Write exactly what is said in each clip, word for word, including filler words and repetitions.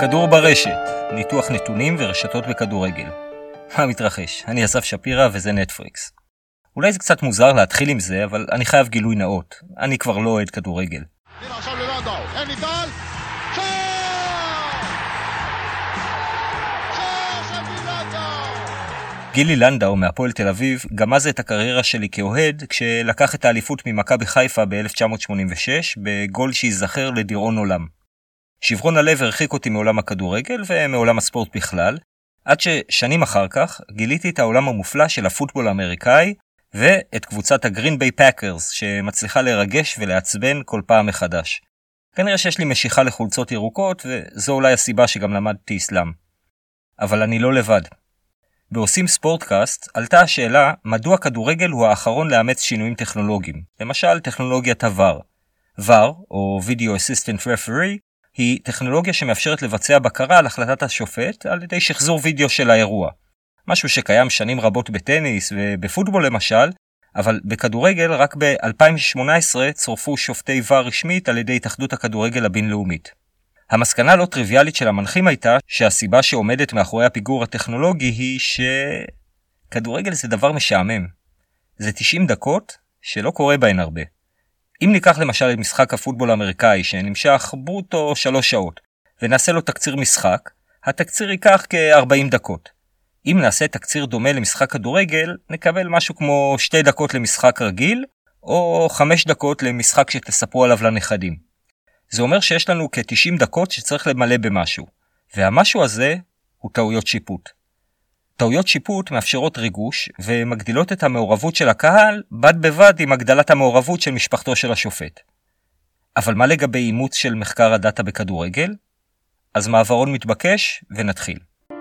הכדור ברשת, ניתוח נתונים ורשתות בכדורגל. מה מתרחש? אני אסף שפירא וזה נטפליקס. אולי זה קצת מוזר להתחיל עם זה, אבל אני חייב גילוי נאות. אני כבר לא אוהד כדורגל. גילי לנדאו מהפועל תל אביב גמז את הקריירה שלי כאוהד כשלקח את האליפות ממכבי חיפה ב-אלף תשע מאות שמונים ושש בגול שיזכר לדיראון עולם. שברון הלב הרחיק אותי מעולם הכדורגל ומעולם הספורט בכלל, עד ששנים אחר כך גיליתי את העולם המופלא של הפוטבול האמריקאי ואת קבוצת הגרין ביי פאקרס שמצליחה לרגש ולעצבן כל פעם מחדש. כנראה שיש לי משיכה לחולצות ירוקות וזו אולי הסיבה שגם למדתי אסלאם. אבל אני לא לבד. בעושים ספורטקאסט עלתה השאלה מדוע כדורגל הוא האחרון לאמץ שינויים טכנולוגיים, למשל טכנולוגיית ה-וי אר. וי אר, או Video Assistant Referee, היא טכנולוגיה שמאפשרת לבצע בקרה על החלטת השופט על ידי שחזור וידאו של האירוע. משהו שקיים שנים רבות בטניס ובפוטבול למשל, אבל בכדורגל רק ב-אלפיים שמונה עשרה צורפו שופטי וי אר רשמית על ידי התאחדות הכדורגל הבינלאומית. המסקנה לא טריוויאלית של המנחים הייתה שהסיבה שעומדת מאחורי הפיגור הטכנולוגי היא שכדורגל זה דבר משעמם. זה תשעים דקות שלא קורה בהן הרבה. אם ניקח למשל את משחק הפוטבול האמריקאי שנמשך ברוטו שלוש שעות ונעשה לו תקציר משחק, התקציר ייקח כ-ארבעים דקות. אם נעשה תקציר דומה למשחק כדורגל, נקבל משהו כמו שתי דקות למשחק רגיל או חמש דקות למשחק שתספרו עליו לנכדים. זה אומר שיש לנו כ-תשעים דקות שצריך למלא במשהו, והמשהו הזה הוא טעויות שיפוט. טעויות שיפוט מאפשרות ריגוש ומגדילות את המעורבות של הקהל בד בבד עם הגדלת המעורבות של משפחתו של השופט. אבל מה לגבי אימוץ של מחקר הדאטה בכדורגל? אז מעברון מתבקש ונתחיל.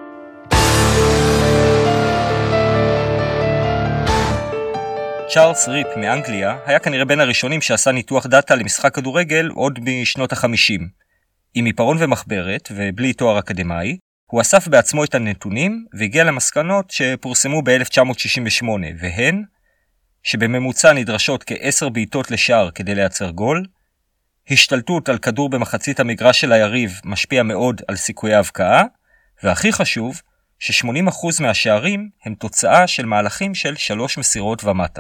צ'ארלס ריפ מאנגליה היה כנראה בין הראשונים שעשה ניתוח דאטה למשחק כדורגל עוד בשנות ה-חמישים. עם עיפרון ומחברת ובלי תואר אקדמאי, הוא אסף בעצמו את הנתונים והגיע למסקנות שפורסמו ב-אלף תשע מאות שישים ושמונה, והן שבממוצע נדרשות כ-עשר בעיטות לשער כדי לייצר גול, השתלטות על כדור במחצית המגרש של היריב משפיע מאוד על סיכויי ההבקעה, והכי חשוב, ש-שמונים אחוז מהשערים הם תוצאה של מהלכים של שלוש מסירות ומטה.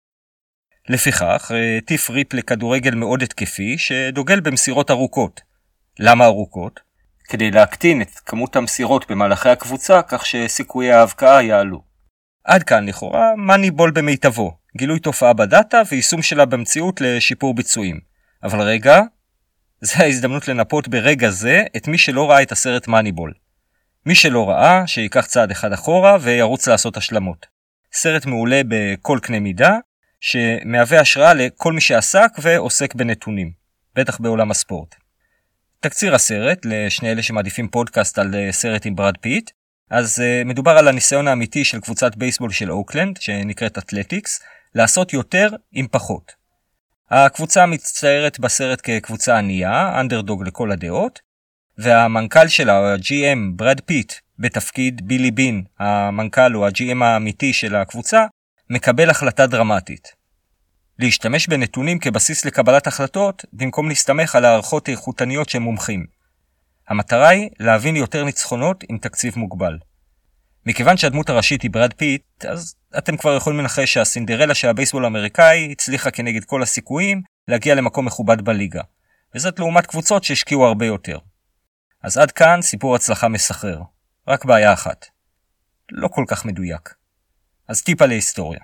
לפיכך, טיף ריפ לכדורגל מאוד התקפי שדוגל במסירות ארוכות. למה ארוכות? כדי להקטין את כמות המסירות במהלכי הקבוצה כך שסיכויי ההבקעה יעלו. עד כאן לכאורה מאניבול במיטבו, גילוי תופעה בדאטה ויישום שלה במציאות לשיפור ביצועים. אבל רגע, זה ההזדמנות לנפות ברגע זה את מי שלא ראה את הסרט מאניבול. מי שלא ראה, שיקח צעד אחד אחורה וירוץ לעשות השלמות. סרט מעולה בכל קנה מידה, שמהווה השראה לכל מי שעסק ועוסק בנתונים, בטח בעולם הספורט. תקציר הסרט, לשני אלה שמעדיפים פודקאסט על סרט עם ברד פיט, אז uh, מדובר על הניסיון האמיתי של קבוצת בייסבול של אוקלנד, שנקראת אתלטיקס, לעשות יותר עם פחות. הקבוצה מצטיירת בסרט כקבוצה ענייה, אנדרדוג לכל הדעות, והמנכ"ל שלה, ה-ג'י אם ברד פיט, בתפקיד בילי בין, המנכ"ל או ה-ג'י אם האמיתי של הקבוצה, מקבל החלטה דרמטית. להשתמש בנתונים כבסיס לקבלת החלטות, במקום להסתמך על הערכות איכותניות של מומחים. המטרה היא להבין יותר ניצחונות עם תקציב מוגבל. מכיוון שהדמות הראשית היא ברד פיט, אז אתם כבר יכולים לנחש שהסינדרלה של הבייסבול האמריקאי הצליחה כנגד כל הסיכויים להגיע למקום מכובד בליגה. וזאת לעומת קבוצות שהשקיעו הרבה יותר. אז עד כאן סיפור הצלחה מסחרר. רק בעיה אחת. לא כל כך מדויק. אז טיפה להיסטוריה.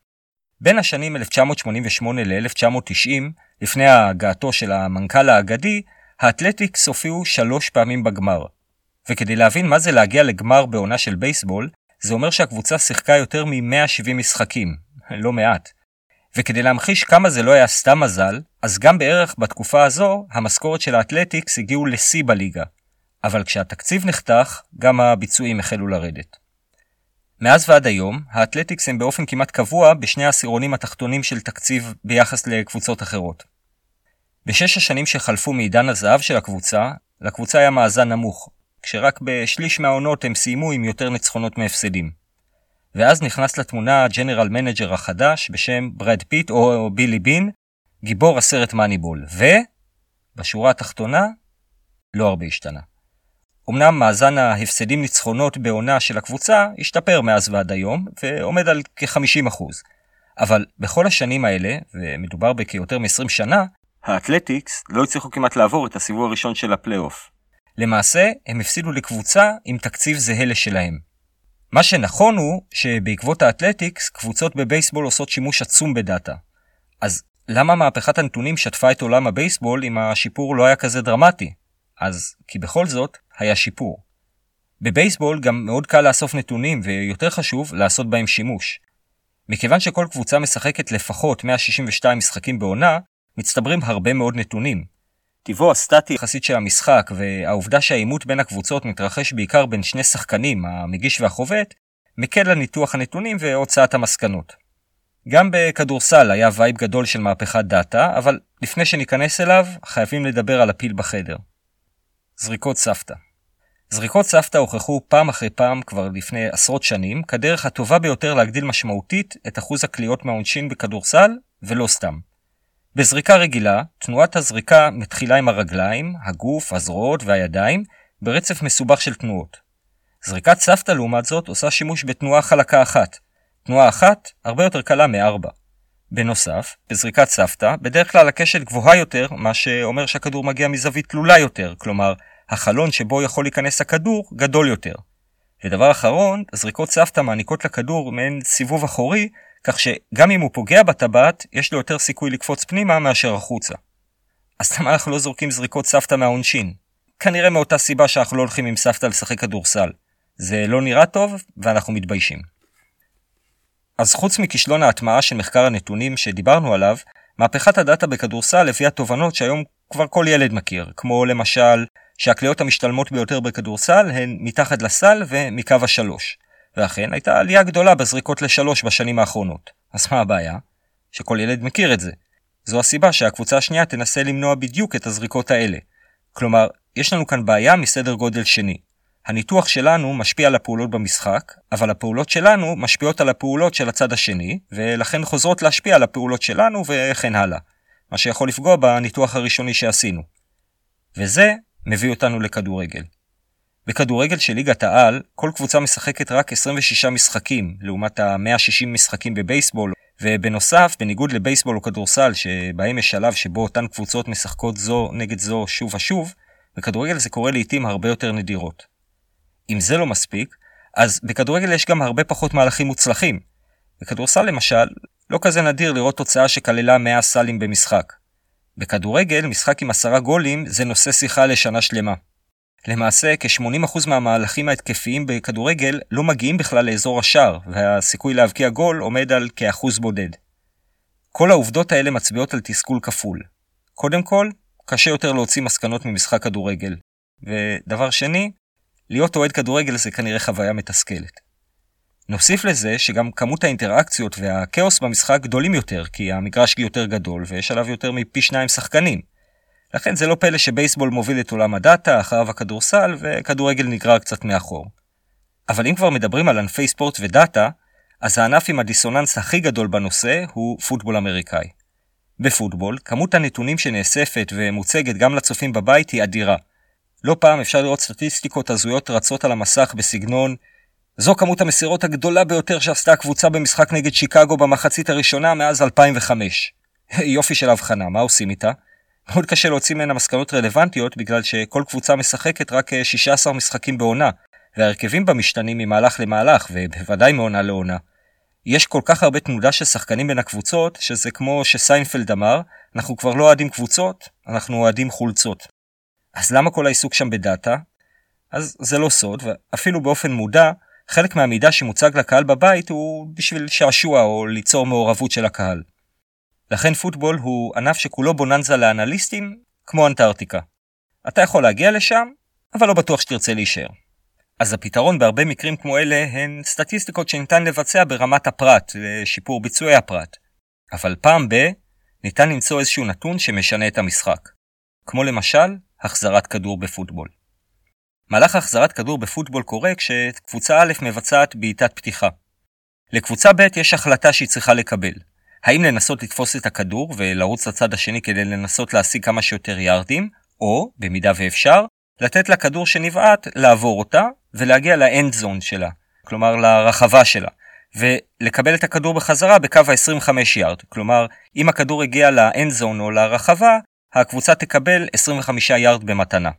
בין השנים אלף תשע מאות שמונים ושמונה ל-אלף תשע מאות תשעים, לפני הגעתו של המנכ"ל האגדי, האתלטיקס הופיעו שלוש פעמים בגמר. וכדי להבין מה זה להגיע לגמר בעונה של בייסבול, זה אומר שהקבוצה שיחקה יותר מ-מאה ושבעים משחקים. לא מעט. וכדי להמחיש כמה זה לא היה סתם מזל, אז גם בערך בתקופה הזו, המשכורת של האתלטיקס הגיעו לשיא בליגה. אבל כשהתקציב נחתך, גם הביצועים החלו לרדת. מאז ועד היום, האתלטיקס הם באופן כמעט קבוע בשני העשירונים התחתונים של תקציב ביחס לקבוצות אחרות. בשש השנים שחלפו מעידן הזהב של הקבוצה, לקבוצה היה מאזן נמוך, כשרק בשליש מהעונות הם סיימו עם יותר ניצחונות מהפסדים. ואז נכנס לתמונה הג'נרל מנג'ר החדש בשם ברד פיט או בילי בין, גיבור הסרט מאניבול, ובשורה התחתונה לא הרבה השתנה. אמנם מאזן ההפסדים ניצחונות בעונה של הקבוצה השתפר מאז ועד היום, ועומד על כ-חמישים אחוז. אבל בכל השנים האלה, ומדובר בכיותר מ-עשרים שנה, האתלטיקס לא הצליחו כמעט לעבור את הסיבוב הראשון של הפלייאוף. למעשה, הם הפסידו לקבוצה עם תקציב זהה לשלהם. מה שנכון הוא שבעקבות האתלטיקס, קבוצות בבייסבול עושות שימוש עצום בדאטה. אז למה מהפכת הנתונים שטפה את עולם הבייסבול אם השיפור לא היה כזה דרמטי? אז כי בכל זאת היה שיפור. בבייסבול גם מאוד קל לאסוף נתונים ויותר חשוב לעשות בהם שימוש. מכיוון שכל קבוצה משחקת לפחות מאה שישים ושתיים משחקים בעונה, מצטברים הרבה מאוד נתונים. טבעו הסטטי יחסית של המשחק והעובדה שהאימות בין הקבוצות מתרחש בעיקר בין שני שחקנים, המגיש והחובט, מקל על ניתוח הנתונים והוצאת המסקנות. גם בכדורסל היה וייב גדול של מהפכת דאטה, אבל לפני שניכנס אליו חייבים לדבר על הפיל בחדר. זריקות סבתא. זריקות סבתא הוכחו פעם אחרי פעם כבר לפני עשרות שנים כדרך הטובה ביותר להגדיל משמעותית את אחוז הקליעות מהעונשין בכדורסל, ולא סתם. בזריקה רגילה, תנועת הזריקה מתחילה עם הרגליים, הגוף, הזרועות והידיים, ברצף מסובך של תנועות. זריקת סבתא לעומת זאת עושה שימוש בתנועה חלקה אחת. תנועה אחת הרבה יותר קלה מארבע. בנוסף, בזריקת סבתא, בדרך כלל הקשת גבוהה יותר, מה שאומר שהכדור מגיע מזווית תלולה יותר, כלומר, החלון שבו יכול להיכנס הכדור גדול יותר. ודבר אחרון, זריקות סבתא מעניקות לכדור מעין סיבוב אחורי, כך שגם אם הוא פוגע בטבעת, יש לו יותר סיכוי לקפוץ פנימה מאשר החוצה. אז למה אנחנו לא זורקים זריקות סבתא מהעונשין? כנראה מאותה סיבה שאנחנו לא הולכים עם סבתא לשחק כדורסל. זה לא נראה טוב, ואנחנו מתביישים. אז חוץ מכישלון ההטמעה של מחקר הנתונים שדיברנו עליו, מהפכת הדאטה בכדורסל הביאה תובנות שהיום כבר כל ילד מכיר, כמו למשל שהקליעות המשתלמות ביותר בכדורסל הן מתחת לסל ומקו השלוש. ואכן הייתה עלייה גדולה בזריקות לשלוש בשנים האחרונות. אז מה הבעיה? שכל ילד מכיר את זה. זו הסיבה שהקבוצה השנייה תנסה למנוע בדיוק את הזריקות האלה. כלומר, יש לנו כאן בעיה מסדר גודל שני. הניתוח שלנו משפיע על הפעולות במשחק, אבל הפעולות שלנו משפיעות על הפעולות של הצד השני, ולכן חוזרות להשפיע על הפעולות שלנו וכן הלאה. מה שיכול לפגוע בניתוח הראשוני שעשינו. וזה מביא אותנו לכדורגל. בכדורגל של ליגת העל, כל קבוצה משחקת רק עשרים ושישה משחקים, לעומת ה-מאה ושישים משחקים בבייסבול, ובנוסף, בניגוד לבייסבול או כדורסל, שבהם יש שלב שבו אותן קבוצות משחקות זו נגד זו שוב ושוב, בכדורגל זה קורה לעתים הרבה יותר נדירות. אם זה לא מספיק, אז בכדורגל יש גם הרבה פחות מהלכים מוצלחים. בכדורסל למשל, לא כזה נדיר לראות תוצאה שכללה מאה סלים במשחק. בכדורגל, משחק עם עשרה גולים זה נושא שיחה לשנה שלמה. למעשה, כ-שמונים אחוז מהמהלכים ההתקפיים בכדורגל לא מגיעים בכלל לאזור השער, והסיכוי להבקיע גול עומד על כאחוז בודד. כל העובדות האלה מצביעות על תסכול כפול. קודם כל, קשה יותר להוציא מסקנות ממשחק כדורגל. ודבר שני, להיות אוהד כדורגל זה כנראה חוויה מתסכלת. נוסיף לזה שגם כמות האינטראקציות והכאוס במשחק גדולים יותר, כי המגרש יותר גדול ויש עליו יותר מפי שניים שחקנים. לכן זה לא פלא שבייסבול מוביל את עולם הדאטה, אחריו הכדורסל, וכדורגל נגרר קצת מאחור. אבל אם כבר מדברים על ענפי ספורט ודאטה, אז הענף עם הדיסוננס הכי גדול בנושא הוא פוטבול אמריקאי. בפוטבול, כמות הנתונים שנאספת ומוצגת גם לצופים בבית היא אדירה. לא פעם אפשר לראות סטטיסטיקות הזויות רצות על המסך בסגנון, זו כמות המסירות הגדולה ביותר שעשתה הקבוצה במשחק נגד שיקגו במחצית הראשונה מאז אלפיים וחמש. יופי של הבחנה, מה עושים איתה? מאוד קשה להוציא ממנה מסקנות רלוונטיות בגלל שכל קבוצה משחקת רק שישה עשר משחקים בעונה, והרכבים בה משתנים ממהלך למהלך ובוודאי מעונה לעונה. יש כל כך הרבה תנודה של שחקנים בין הקבוצות שזה כמו שסיינפלד אמר, אנחנו כבר לא אוהדים קבוצות, אנחנו אוהדים חולצות. אז למה כל העיסוק שם בדאטה? אז זה לא סוד, ואפילו באופן מודע, חלק מהמידע שמוצג לקהל בבית הוא בשביל שעשוע או ליצור מעורבות של הקהל. לכן פוטבול הוא ענף שכולו בוננזה לאנליסטים כמו אנטארקטיקה. אתה יכול להגיע לשם, אבל לא בטוח שתרצה להישאר. אז הפתרון בהרבה מקרים כמו אלה הן סטטיסטיקות שניתן לבצע ברמת הפרט, לשיפור ביצועי הפרט. אבל פעם ב, ניתן למצוא איזשהו נתון שמשנה את המשחק. כמו למשל, החזרת כדור בפוטבול. מהלך החזרת כדור בפוטבול קורה כשקבוצה א' מבצעת בעיטת פתיחה. לקבוצה ב' יש החלטה שהיא צריכה לקבל. האם לנסות לתפוס את הכדור ולרוץ לצד השני כדי לנסות להשיג כמה שיותר יארדים, או, במידה ואפשר, לתת לכדור שנבעט לעבור אותה ולהגיע לאנד זון שלה, כלומר לרחבה שלה, ולקבל את הכדור בחזרה בקו ה-עשרים וחמש יארד, כלומר אם הכדור הגיע לאנד זון או לרחבה, הקבוצה תקבל עשרים וחמישה יארד במתנה.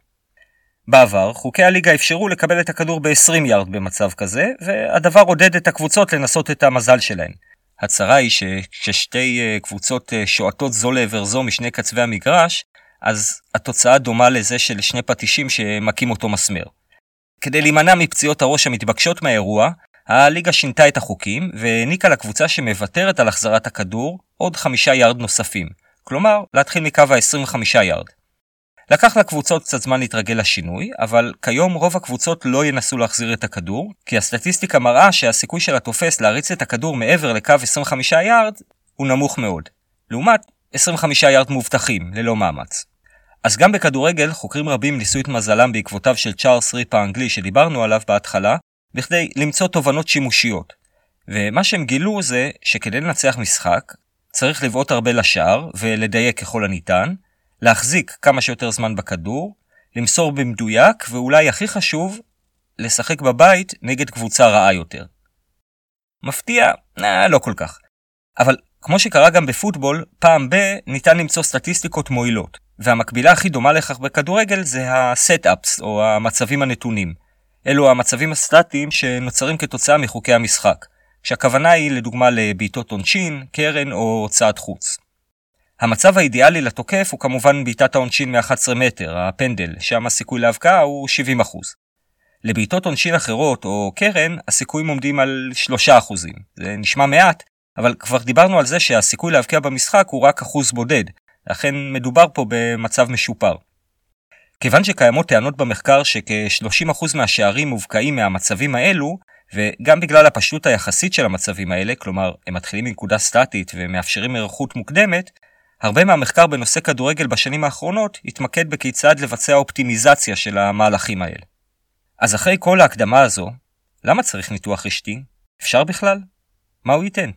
בעבר, חוקי הליגה אפשרו לקבל את הכדור ב-עשרים יארד במצב כזה, והדבר עודד את הקבוצות לנסות את המזל שלהן. הצרה היא שכששתי קבוצות שועטות זו לעבר זו משני קצווי המגרש, אז התוצאה דומה לזה של שני פטישים שמקים אותו מסמר. כדי להימנע מפציעות הראש המתבקשות מהאירוע, הליגה שינתה את החוקים והעניקה לקבוצה שמוותרת על החזרת הכדור עוד חמישה יארד נוספים, כלומר להתחיל מקו ה-עשרים וחמישה יארד. לקח לקבוצות קצת זמן להתרגל לשינוי, אבל כיום רוב הקבוצות לא ינסו להחזיר את הכדור, כי הסטטיסטיקה מראה שהסיכוי של התופס להריץ את הכדור מעבר לקו עשרים וחמישה יארד הוא נמוך מאוד, לעומת עשרים וחמישה יארד מובטחים, ללא מאמץ. אז גם בכדורגל חוקרים רבים ניסו את מזלם בעקבותיו של צ'ארלס ריפ האנגלי שדיברנו עליו בהתחלה, בכדי למצוא תובנות שימושיות. ומה שהם גילו זה שכדי לנצח משחק, צריך לבעוט הרבה לשער ולדייק ככל הניתן, להחזיק כמה שיותר זמן בכדור, למסור במדויק, ואולי הכי חשוב, לשחק בבית נגד קבוצה רעה יותר. מפתיע? אה, לא כל כך. אבל כמו שקרה גם בפוטבול, פעם ב ניתן למצוא סטטיסטיקות מועילות, והמקבילה הכי דומה לכך בכדורגל זה ה-set-ups, או המצבים הנתונים. אלו המצבים הסטטיים שנוצרים כתוצאה מחוקי המשחק, כשהכוונה היא לדוגמה לבעיטות עונשין, קרן או הוצאת חוץ. המצב האידיאלי לתוקף הוא כמובן בעיטת העונשין מ-אחד עשר מטר, הפנדל, שם הסיכוי להבקעה הוא שבעים אחוז. לבעיטות עונשין אחרות או קרן, הסיכויים עומדים על שלושה אחוזים. זה נשמע מעט, אבל כבר דיברנו על זה שהסיכוי להבקיע במשחק הוא רק אחוז בודד, לכן מדובר פה במצב משופר. כיוון שקיימות טענות במחקר שכ-שלושים אחוז מהשערים מובקעים מהמצבים האלו, וגם בגלל הפשטות היחסית של המצבים האלה, כלומר הם מתחילים מנקודה סטטית ומאפשרים ערכות מוקדמת, הרבה מהמחקר בנושא כדורגל בשנים האחרונות התמקד בכיצד לבצע אופטימיזציה של המהלכים האלה. אז אחרי כל ההקדמה הזו, למה צריך ניתוח רשתי? אפשר בכלל? מה הוא ייתן?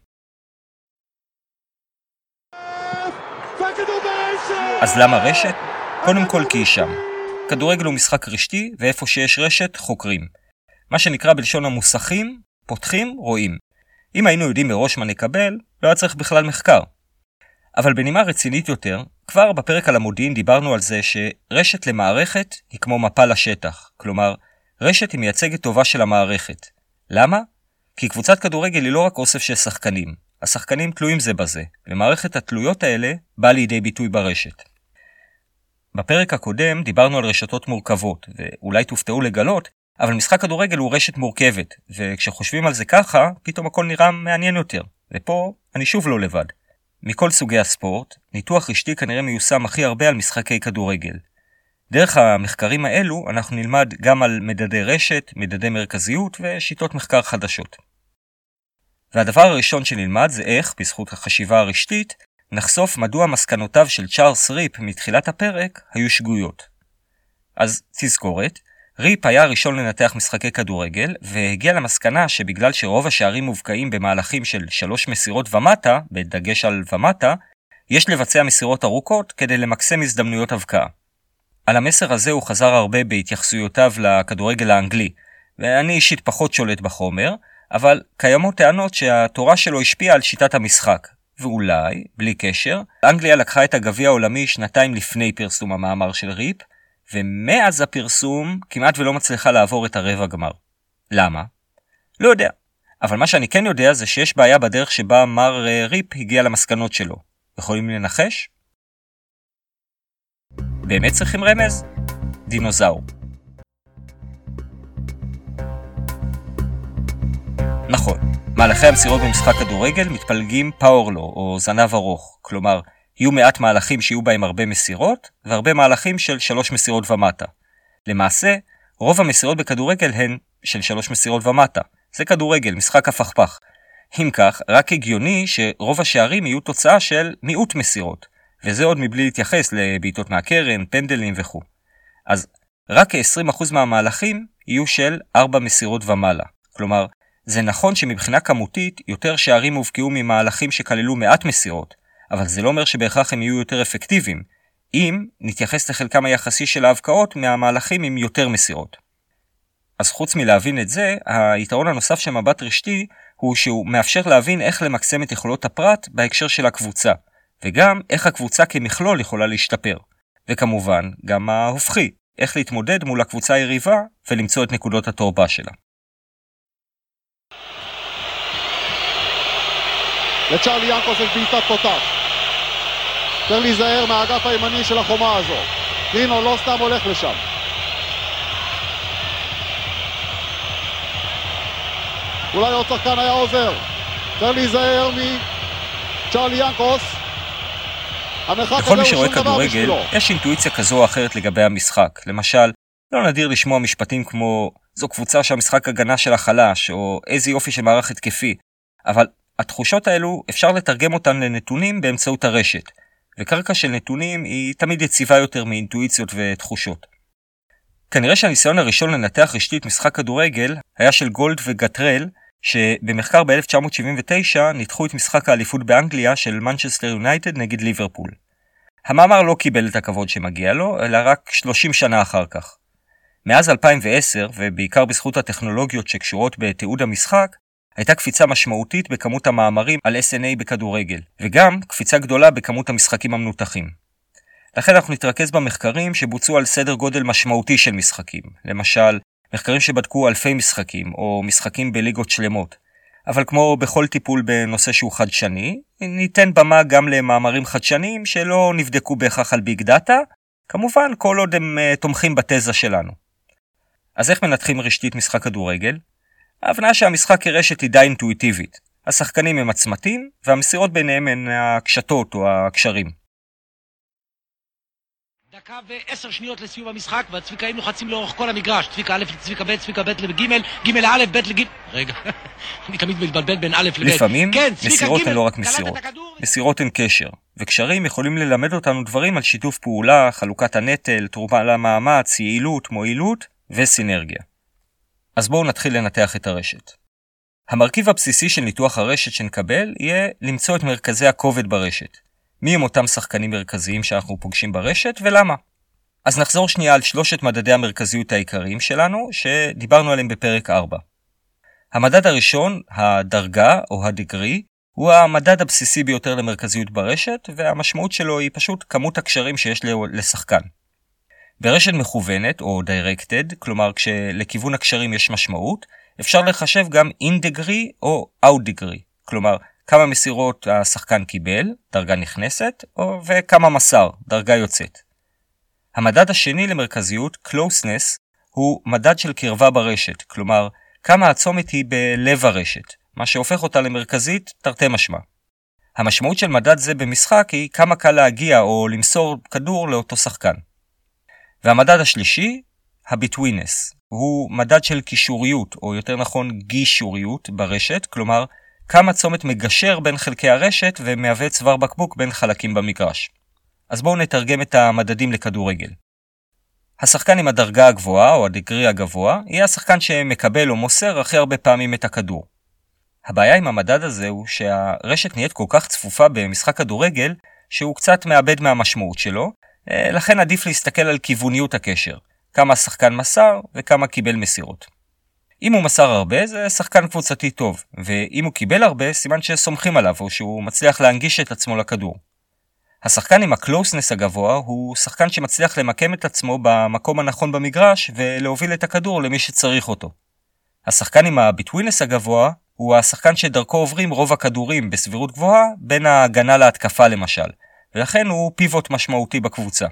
אז למה רשת? קודם כל כי היא שם. כדורגל הוא משחק רשתי, ואיפה שיש רשת, חוקרים. מה שנקרא בלשון המוסכים, פותחים, רואים. אם היינו יודעים מראש מה נקבל, לא היה צריך בכלל מחקר. אבל בנימה רצינית יותר, כבר בפרק על המודיעין דיברנו על זה שרשת למערכת היא כמו מפה לשטח. כלומר, רשת היא מייצגת טובה של המערכת. למה? כי קבוצת כדורגל היא לא רק אוסף של שחקנים. השחקנים תלויים זה בזה, ומערכת התלויות האלה באה לידי ביטוי ברשת. בפרק הקודם דיברנו על רשתות מורכבות, ואולי תופתעו לגלות, אבל משחק כדורגל הוא רשת מורכבת, וכשחושבים על זה ככה, פתאום הכל נראה מעניין יותר. ופה אני שוב לא לבד. מכל סוגי הספורט, ניתוח רשתי כנראה מיושם הכי הרבה על משחקי כדורגל. דרך המחקרים האלו אנחנו נלמד גם על מדדי רשת, מדדי מרכזיות ושיטות מחקר חדשות. והדבר הראשון שנלמד זה איך, בזכות החשיבה הרשתית, נחשוף מדוע מסקנותיו של צ'ארלס ריפ מתחילת הפרק היו שגויות. אז תזכורת, ריפ היה הראשון לנתח משחקי כדורגל, והגיע למסקנה שבגלל שרוב השערים מובקעים במהלכים של שלוש מסירות ומטה, בדגש על ומטה, יש לבצע מסירות ארוכות כדי למקסם הזדמנויות הבקעה. על המסר הזה הוא חזר הרבה בהתייחסויותיו לכדורגל האנגלי, ואני אישית פחות שולט בחומר, אבל קיימות טענות שהתורה שלו השפיעה על שיטת המשחק. ואולי, בלי קשר, אנגליה לקחה את הגביע העולמי שנתיים לפני פרסום המאמר של ריפ, ומאז הפרסום כמעט ולא מצליחה לעבור את הרבע גמר. למה? לא יודע. אבל מה שאני כן יודע זה שיש בעיה בדרך שבה מר ריפ הגיע למסקנות שלו. יכולים לנחש? באמת צריכים רמז? דינוזאור. נכון, מהלכי המסירות במשחק כדורגל מתפלגים פאורלו או זנב ארוך, כלומר, יהיו מעט מהלכים שיהיו בהם הרבה מסירות, והרבה מהלכים של שלוש מסירות ומטה. למעשה, רוב המסירות בכדורגל הן של שלוש מסירות ומטה. זה כדורגל, משחק הפכפך. אם כך, רק הגיוני שרוב השערים יהיו תוצאה של מיעוט מסירות, וזה עוד מבלי להתייחס לבעיטות מהקרן, פנדלים וכו'. אז רק כ-עשרים אחוז מהמהלכים יהיו של ארבע מסירות ומעלה. כלומר, זה נכון שמבחינה כמותית יותר שערים מובקעו ממהלכים שכללו מעט מסירות, אבל זה לא אומר שבהכרח הם יהיו יותר אפקטיביים. אם נתייחס לחלקם היחסי של ההבקעות מהמהלכים עם יותר מסירות. אז חוץ מלהבין את זה, היתרון הנוסף של מבט רשתי הוא שהוא מאפשר להבין איך למקסם את יכולות הפרט בהקשר של הקבוצה, וגם איך הקבוצה כמכלול יכולה להשתפר. וכמובן, גם ההופכי, איך להתמודד מול הקבוצה היריבה ולמצוא את נקודות התורפה שלה. לצ'רלי ינקוס יש בעיטת תותח. צריך להיזהר מהאגף הימני של החומה הזו. רינו לא סתם הולך לשם. אולי עוד שחקן היה עוזר. צריך להיזהר מצ'רלי ינקוס. לכל מי שרואה כדורגל, יש אינטואיציה כזו או אחרת לגבי המשחק. למשל, לא נדיר לשמוע משפטים כמו זו קבוצה שהמשחק הגנה שלה חלש, או איזה יופי של מערך התקפי. אבל התחושות האלו אפשר לתרגם אותן לנתונים באמצעות הרשת, וקרקע של נתונים היא תמיד יציבה יותר מאינטואיציות ותחושות. כנראה שהניסיון הראשון לנתח רשתית משחק כדורגל היה של גולד וגטרל, שבמחקר ב-אלף תשע מאות שבעים ותשע ניתחו את משחק האליפות באנגליה של מנצ'סטר יונייטד נגד ליברפול. המאמר לא קיבל את הכבוד שמגיע לו, אלא רק שלושים שנה אחר כך. מאז אלפיים ועשר, ובעיקר בזכות הטכנולוגיות שקשורות בתיעוד המשחק, הייתה קפיצה משמעותית בכמות המאמרים על אס אן איי בכדורגל, וגם קפיצה גדולה בכמות המשחקים המנותחים. לכן אנחנו נתרכז במחקרים שבוצעו על סדר גודל משמעותי של משחקים, למשל, מחקרים שבדקו אלפי משחקים, או משחקים בליגות שלמות. אבל כמו בכל טיפול בנושא שהוא חדשני, ניתן במה גם למאמרים חדשניים שלא נבדקו בהכרח על ביג דאטה, כמובן כל עוד הם uh, תומכים בתזה שלנו. אז איך מנתחים רשתית משחק כדורגל? ההבנה שהמשחק כרשת היא די אינטואיטיבית. השחקנים הם עצמתים, והמסירות ביניהם הן הקשתות או הקשרים. דקה ועשר שניות לסיום המשחק, והצביקאים לוחצים לאורך כל המגרש. צביקה א' לצביקה ב', צביקה ב' לג', ג' לא', ב' לג'. רגע, אני תמיד מתבלבל בין א' לב'. לפעמים, כן, מסירות הן לא רק מסירות. מסירות הן קשר, וקשרים יכולים ללמד אותנו דברים על שיתוף פעולה, חלוקת הנטל, תרומה למאמץ, יעילות, מועילות וסינרגיה. אז בואו נתחיל לנתח את הרשת. המרכיב הבסיסי של ניתוח הרשת שנקבל יהיה למצוא את מרכזי הכובד ברשת. מי הם אותם שחקנים מרכזיים שאנחנו פוגשים ברשת ולמה? אז נחזור שנייה על שלושת מדדי המרכזיות העיקריים שלנו שדיברנו עליהם בפרק ארבע. המדד הראשון, הדרגה או הדגרי, הוא המדד הבסיסי ביותר למרכזיות ברשת, והמשמעות שלו היא פשוט כמות הקשרים שיש לשחקן. ברשת מכוונת או directed, כלומר כשלכיוון הקשרים יש משמעות, אפשר לחשב גם in degree או out degree, כלומר כמה מסירות השחקן קיבל, דרגה נכנסת, וכמה מסר, דרגה יוצאת. המדד השני למרכזיות, closeness, הוא מדד של קרבה ברשת, כלומר כמה הצומת היא בלב הרשת, מה שהופך אותה למרכזית תרתי משמע. המשמעות של מדד זה במשחק היא כמה קל להגיע או למסור כדור לאותו שחקן. והמדד השלישי, ה-betweenness, הוא מדד של קישוריות, או יותר נכון גישוריות ברשת, כלומר כמה צומת מגשר בין חלקי הרשת ומהווה צוואר בקבוק בין חלקים במגרש. אז בואו נתרגם את המדדים לכדורגל. השחקן עם הדרגה הגבוהה או הדגרי הגבוה יהיה השחקן שמקבל או מוסר הכי הרבה פעמים את הכדור. הבעיה עם המדד הזה הוא שהרשת נהיית כל כך צפופה במשחק כדורגל שהוא קצת מאבד מהמשמעות שלו, לכן עדיף להסתכל על כיווניות הקשר, כמה השחקן מסר וכמה קיבל מסירות. אם הוא מסר הרבה זה שחקן קבוצתי טוב, ואם הוא קיבל הרבה סימן שסומכים עליו או שהוא מצליח להנגיש את עצמו לכדור. השחקן עם הקלוסנס הגבוה הוא שחקן שמצליח למקם את עצמו במקום הנכון במגרש ולהוביל את הכדור למי שצריך אותו. השחקן עם הביטווינס הגבוה הוא השחקן שדרכו עוברים רוב הכדורים בסבירות גבוהה בין ההגנה להתקפה למשל, ולכן הוא פיבוט משמעותי בקבוצה.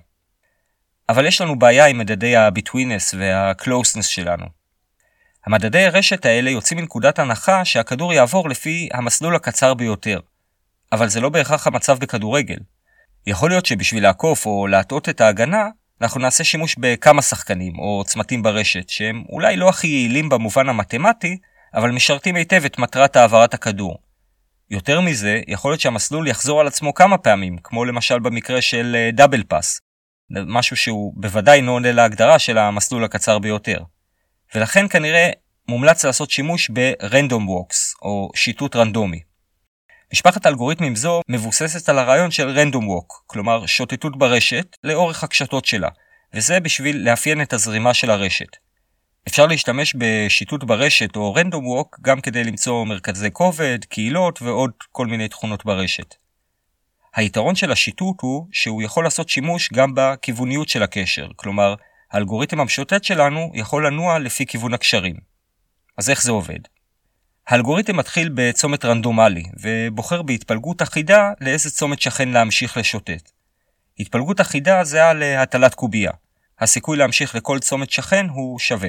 אבל יש לנו בעיה עם מדדי הביטווינס והקלוסנס שלנו. המדדי הרשת האלה יוצאים מנקודת הנחה שהכדור יעבור לפי המסלול הקצר ביותר. אבל זה לא בהכרח המצב בכדורגל. יכול להיות שבשביל לעקוף או להטעות את ההגנה, אנחנו נעשה שימוש בכמה שחקנים או צמתים ברשת, שהם אולי לא הכי יעילים במובן המתמטי, אבל משרתים היטב את מטרת העברת הכדור. יותר מזה, יכול להיות שהמסלול יחזור על עצמו כמה פעמים, כמו למשל במקרה של דאבל פאס, משהו שהוא בוודאי לא עונה להגדרה של המסלול הקצר ביותר. ולכן כנראה מומלץ לעשות שימוש ברנדום ווקס, או שיטוט רנדומי. משפחת אלגוריתמים זו מבוססת על הרעיון של random walk, כלומר שוטטות ברשת לאורך הקשתות שלה, וזה בשביל לאפיין את הזרימה של הרשת. אפשר להשתמש בשיטוט ברשת או random walk גם כדי למצוא מרכזי כובד, קהילות ועוד כל מיני תכונות ברשת. היתרון של השיטוט הוא שהוא יכול לעשות שימוש גם בכיווניות של הקשר, כלומר האלגוריתם המשוטט שלנו יכול לנוע לפי כיוון הקשרים. אז איך זה עובד? האלגוריתם מתחיל בצומת רנדומלי ובוחר בהתפלגות אחידה לאיזה צומת שכן להמשיך לשוטט. התפלגות אחידה זהה להטלת קובייה. הסיכוי להמשיך לכל צומת שכן הוא שווה.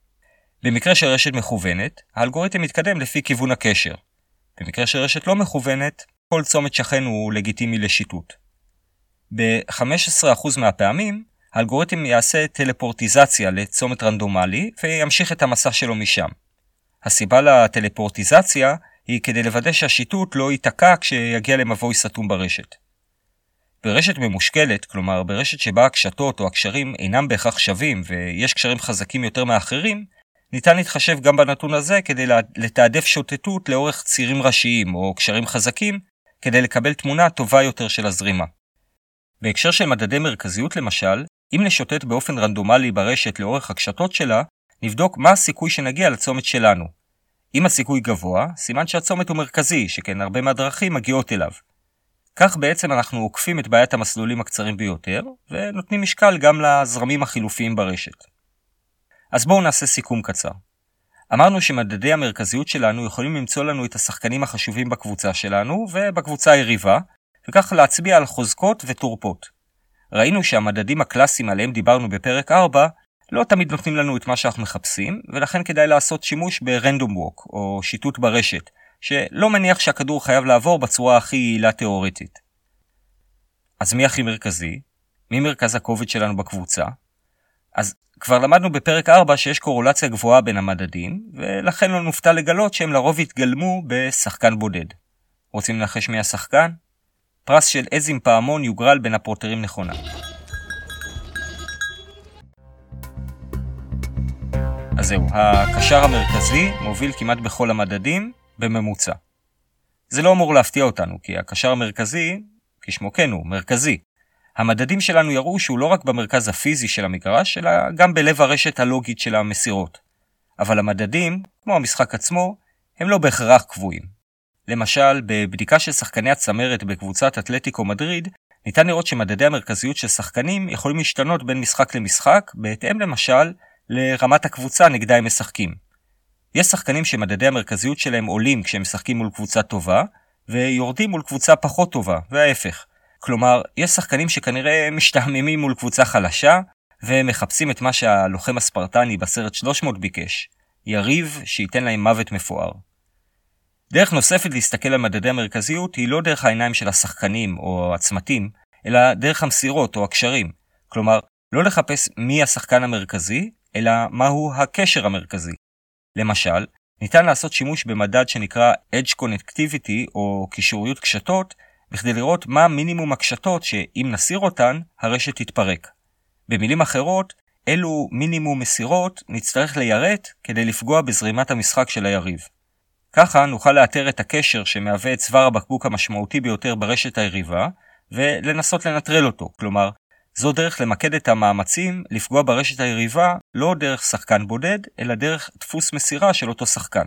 במקרה של רשת מכוונת, האלגוריתם מתקדם לפי כיוון הקשר. במקרה של רשת לא מכוונת, כל צומת שכן הוא לגיטימי לשיטוט. ב-חמישה עשר אחוז מהפעמים, האלגוריתם יעשה טלפורטיזציה לצומת רנדומלי וימשיך את המסע שלו משם. הסיבה לטלפורטיזציה היא כדי לוודא שהשיטוט לא ייתקע כשיגיע למבוי סתום ברשת. ברשת ממושקלת, כלומר ברשת שבה הקשתות או הקשרים אינם בהכרח שווים ויש קשרים חזקים יותר מאחרים, ניתן להתחשב גם בנתון הזה כדי לתעדף שוטטות לאורך צירים ראשיים או קשרים חזקים כדי לקבל תמונה טובה יותר של הזרימה. בהקשר של מדדי מרכזיות למשל, אם נשוטט באופן רנדומלי ברשת לאורך הקשתות שלה, נבדוק מה הסיכוי שנגיע לצומת שלנו. אם הסיכוי גבוה, סימן שהצומת הוא מרכזי, שכן הרבה מהדרכים מגיעות אליו. כך בעצם אנחנו עוקפים את בעיית המסלולים הקצרים ביותר, ונותנים משקל גם לזרמים החילופיים ברשת. אז בואו נעשה סיכום קצר. אמרנו שמדדי המרכזיות שלנו יכולים למצוא לנו את השחקנים החשובים בקבוצה שלנו, ובקבוצה היריבה, וכך להצביע על חוזקות וטורפות. ראינו שהמדדים הקלאסיים עליהם דיברנו בפרק ארבע, לא תמיד נותנים לנו את מה שאנחנו מחפשים, ולכן כדאי לעשות שימוש ב-random walk, או שיטוט ברשת, שלא מניח שהכדור חייב לעבור בצורה הכי יעילה תיאורטית. אז מי הכי מרכזי? מי מרכז הכובד שלנו בקבוצה? אז כבר למדנו בפרק ארבע שיש קורולציה גבוהה בין המדדים, ולכן לא נופתע לגלות שהם לרוב התגלמו בשחקן בודד. רוצים לנחש מי השחקן? פרס של עז עם פעמון יוגרל בין הפורטרים נכונה. אז זהו, הקשר המרכזי מוביל כמעט בכל המדדים בממוצע. זה לא אמור להפתיע אותנו, כי הקשר המרכזי, כשמו כן הוא, מרכזי. המדדים שלנו יראו שהוא לא רק במרכז הפיזי של המגרש, אלא גם בלב הרשת הלוגית של המסירות. אבל המדדים, כמו המשחק עצמו, הם לא בהכרח קבועים. למשל, בבדיקה של שחקני הצמרת בקבוצת אתלטיקו מדריד, ניתן לראות שמדדי המרכזיות של שחקנים יכולים להשתנות בין משחק למשחק, בהתאם למשל לרמת הקבוצה נגדה הם משחקים. יש שחקנים שמדדי המרכזיות שלהם עולים כשהם משחקים מול קבוצה טובה, ויורדים מול קבוצה פחות טובה, וההפך. כלומר, יש שחקנים שכנראה משתעממים מול קבוצה חלשה, ומחפשים את מה שהלוחם הספרטני בסרט שלוש מאות ביקש, יריב שייתן להם מוות מפואר. דרך נוספת להסתכל על מדדי המרכזיות היא לא דרך העיניים של השחקנים או הצמתים, אלא דרך המסירות או הקשרים. כלומר, לא לחפש מי השחקן המרכזי, אלא מהו הקשר המרכזי. למשל, ניתן לעשות שימוש במדד שנקרא Edge Connectivity או קישוריות קשתות, בכדי לראות מה מינימום הקשתות שאם נסיר אותן, הרשת תתפרק. במילים אחרות, אלו מינימום מסירות נצטרך ליירט כדי לפגוע בזרימת המשחק של היריב. ככה נוכל לאתר את הקשר שמהווה את צוואר הבקבוק המשמעותי ביותר ברשת היריבה, ולנסות לנטרל אותו. כלומר, זו דרך למקד את המאמצים לפגוע ברשת היריבה לא דרך שחקן בודד, אלא דרך דפוס מסירה של אותו שחקן.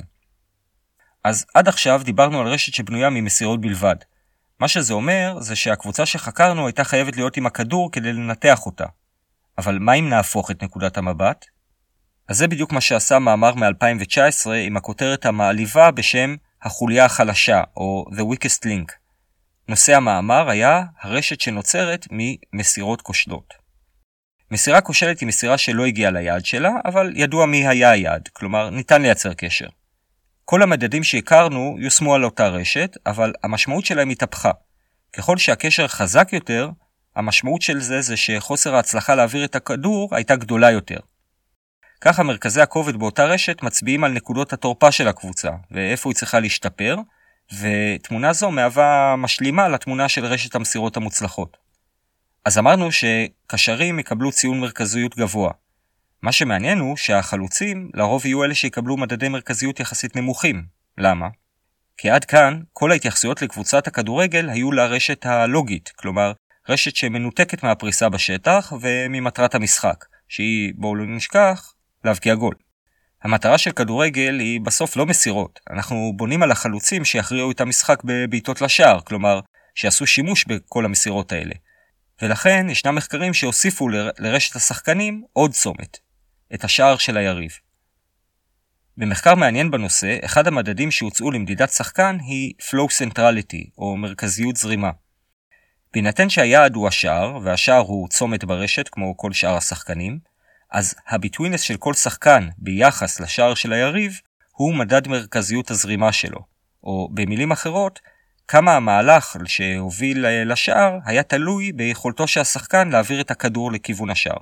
אז עד עכשיו דיברנו על רשת שבנויה ממסירות בלבד. מה שזה אומר זה שהקבוצה שחקרנו הייתה חייבת להיות עם הכדור כדי לנתח אותה. אבל מה אם נהפוך את נקודת המבט? אז זה בדיוק מה שעשה מאמר מ-אלפיים תשע עשרה עם הכותרת המעליבה בשם החוליה החלשה או The Weakest Link. נושא המאמר היה הרשת שנוצרת ממסירות כושלות. מסירה כושלת היא מסירה שלא הגיעה ליעד שלה, אבל ידוע מי היה היעד, כלומר ניתן לייצר קשר. כל המדדים שהכרנו יושמו על אותה רשת, אבל המשמעות שלהם התהפכה. ככל שהקשר חזק יותר, המשמעות של זה זה שחוסר ההצלחה להעביר את הכדור הייתה גדולה יותר. ככה מרכזי הכובד באותה רשת מצביעים על נקודות התורפה של הקבוצה, ואיפה היא צריכה להשתפר, ותמונה זו מהווה משלימה לתמונה של רשת המסירות המוצלחות. אז אמרנו שקשרים יקבלו ציון מרכזיות גבוה. מה שמעניין הוא שהחלוצים לרוב יהיו אלה שיקבלו מדדי מרכזיות יחסית נמוכים. למה? כי עד כאן כל ההתייחסויות לקבוצת הכדורגל היו לרשת הלוגית, כלומר רשת שמנותקת מהפריסה בשטח וממטרת המשחק, שהיא, בואו לא נשכח, להבקיע גול. המטרה של כדורגל היא בסוף לא מסירות, אנחנו בונים על החלוצים שיכריעו את המשחק בבעיטות לשער, כלומר שיעשו שימוש בכל המסירות האלה. ולכן ישנם מחקרים שהוסיפו לרשת השחקנים עוד צומת, את השער של היריב. במחקר מעניין בנושא, אחד המדדים שהוצאו למדידת שחקן היא flow centrality, או מרכזיות זרימה. בהינתן שהיעד הוא השער, והשער הוא צומת ברשת כמו כל שאר השחקנים, אז הביטווינס של כל שחקן ביחס לשער של היריב הוא מדד מרכזיות הזרימה שלו, או במילים אחרות, כמה המהלך שהוביל לשער היה תלוי ביכולתו שהשחקן להעביר את הכדור לכיוון השער.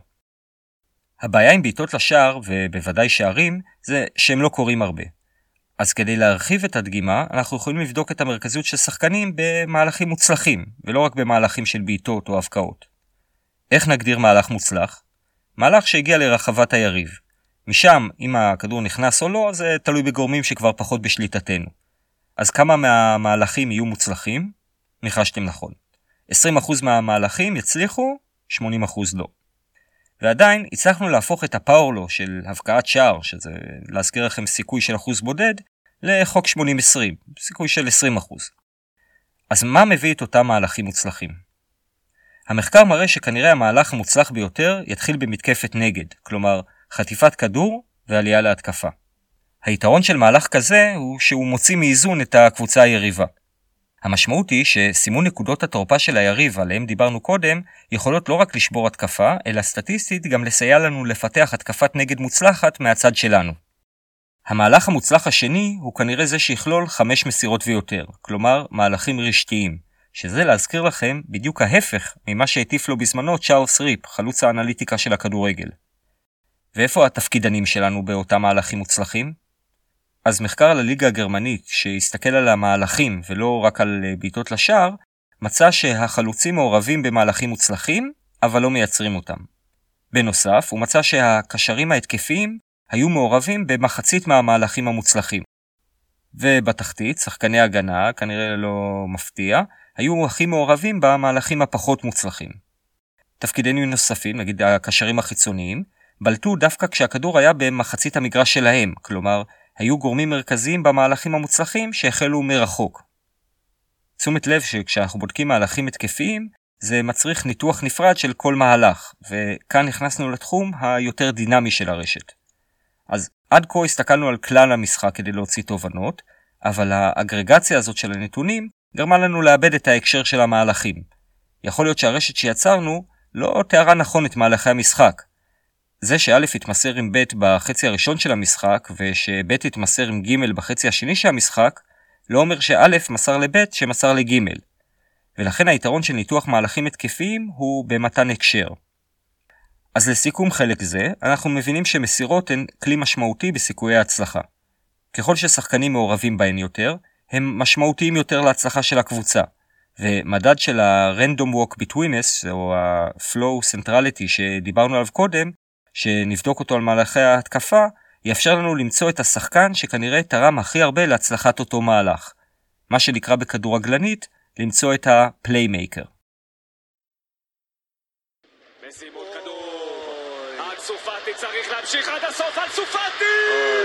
הבעיה עם בעיטות לשער, ובוודאי שערים, זה שהם לא קורים הרבה. אז כדי להרחיב את הדגימה, אנחנו יכולים לבדוק את המרכזיות של שחקנים במהלכים מוצלחים, ולא רק במהלכים של בעיטות או הבקעות. איך נגדיר מהלך מוצלח? מהלך שהגיע לרחבת היריב. משם, אם הכדור נכנס או לא, זה תלוי בגורמים שכבר פחות בשליטתנו. אז כמה מהמהלכים יהיו מוצלחים? ניחשתם נכון. עשרים אחוז מהמהלכים יצליחו, שמונים אחוז לא. ועדיין הצלחנו להפוך את הפאורלו של הבקעת שער, שזה להזכיר לכם סיכוי של אחוז בודד, לחוק שמונים עשרים, סיכוי של עשרים אחוז. אז מה מביא את אותם מהלכים מוצלחים? המחקר מראה שכנראה המהלך המוצלח ביותר יתחיל במתקפת נגד, כלומר חטיפת כדור ועלייה להתקפה. היתרון של מהלך כזה הוא שהוא מוציא מאיזון את הקבוצה היריבה. המשמעות היא שסימון נקודות התורפה של היריב עליהם דיברנו קודם, יכולות לא רק לשבור התקפה, אלא סטטיסטית גם לסייע לנו לפתח התקפת נגד מוצלחת מהצד שלנו. המהלך המוצלח השני הוא כנראה זה שיכלול חמש מסירות ויותר, כלומר מהלכים רשתיים, שזה להזכיר לכם בדיוק ההפך ממה שהטיף לו בזמנו צ'ארלס ריפ, חלוץ האנליטיקה של הכדורגל. ואיפה התפקידנים שלנו באותם מהלכים מוצלחים? אז מחקר על הליגה הגרמנית שהסתכל על המהלכים ולא רק על בעיטות לשער, מצא שהחלוצים מעורבים במהלכים מוצלחים, אבל לא מייצרים אותם. בנוסף, הוא מצא שהקשרים ההתקפיים היו מעורבים במחצית מהמהלכים המוצלחים. ובתחתית, שחקני הגנה, כנראה לא מפתיע, היו הכי מעורבים במהלכים הפחות מוצלחים. תפקידנים נוספים, נגיד הקשרים החיצוניים, בלטו דווקא כשהכדור היה במחצית המגרש שלהם, כלומר, היו גורמים מרכזיים במהלכים המוצלחים שהחלו מרחוק. תשומת לב שכשאנחנו בודקים מהלכים התקפיים, זה מצריך ניתוח נפרד של כל מהלך, וכאן נכנסנו לתחום היותר דינמי של הרשת. אז עד כה הסתכלנו על כלל המשחק כדי להוציא תובנות, אבל האגרגציה הזאת של הנתונים גרמה לנו לאבד את ההקשר של המהלכים. יכול להיות שהרשת שיצרנו לא תיארה נכון את מהלכי המשחק. זה שא' התמסר עם ב' בחצי הראשון של המשחק, ושב' התמסר עם ג' בחצי השני של המשחק, לא אומר שא' מסר לב' שמסר לג'. ולכן היתרון של ניתוח מהלכים התקפיים הוא במתן הקשר. אז לסיכום חלק זה, אנחנו מבינים שמסירות הן כלי משמעותי בסיכויי ההצלחה. ככל ששחקנים מעורבים בהן יותר, הם משמעותיים יותר להצלחה של הקבוצה. ומדד של ה-Random Walk Between Us, או ה-Flow Centrality שדיברנו עליו קודם, שנבדוק אותו על מהלכי ההתקפה, יאפשר לנו למצוא את השחקן שכנראה תרם הכי הרבה להצלחת אותו מהלך. מה שנקרא בכדורגלנית, למצוא את הפליימייקר. משימות כדור, אנסופטי צריך להמשיך עד הסוף, אנסופטי!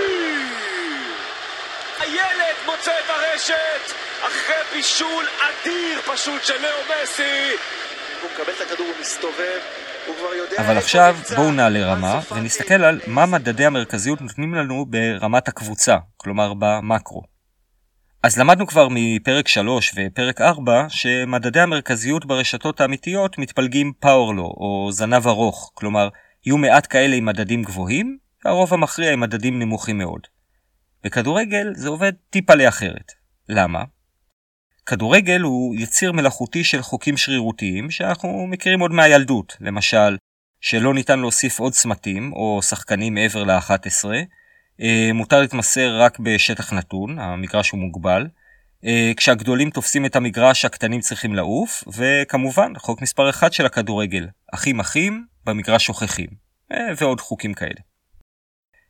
הילד מוצא את הרשת, אחרי בישול אדיר פשוט של לאו מסי. הוא מקבל את הכדור ומסתובב. אבל עכשיו בואו נעלה רמה ונסתכל על מה מדדי המרכזיות נותנים לנו ברמת הקבוצה, כלומר במקרו. אז למדנו כבר מפרק שלוש ופרק ארבע שמדדי המרכזיות ברשתות האמיתיות מתפלגים פאורלו או זנב ארוך, כלומר יהיו מעט כאלה עם מדדים גבוהים והרוב המכריע עם מדדים נמוכים מאוד. בכדורגל זה עובד טיפה לאחרת. למה? כדורגל הוא יציר מלאכותי של חוקים שרירותיים שאנחנו מכירים עוד מהילדות, למשל שלא ניתן להוסיף עוד צמתים או שחקנים מעבר ל-אחת עשרה, מותר להתמסר רק בשטח נתון, המגרש הוא מוגבל, כשהגדולים תופסים את המגרש הקטנים צריכים לעוף, וכמובן חוק מספר אחד של הכדורגל, אחים אחים במגרש שוכחים, ועוד חוקים כאלה.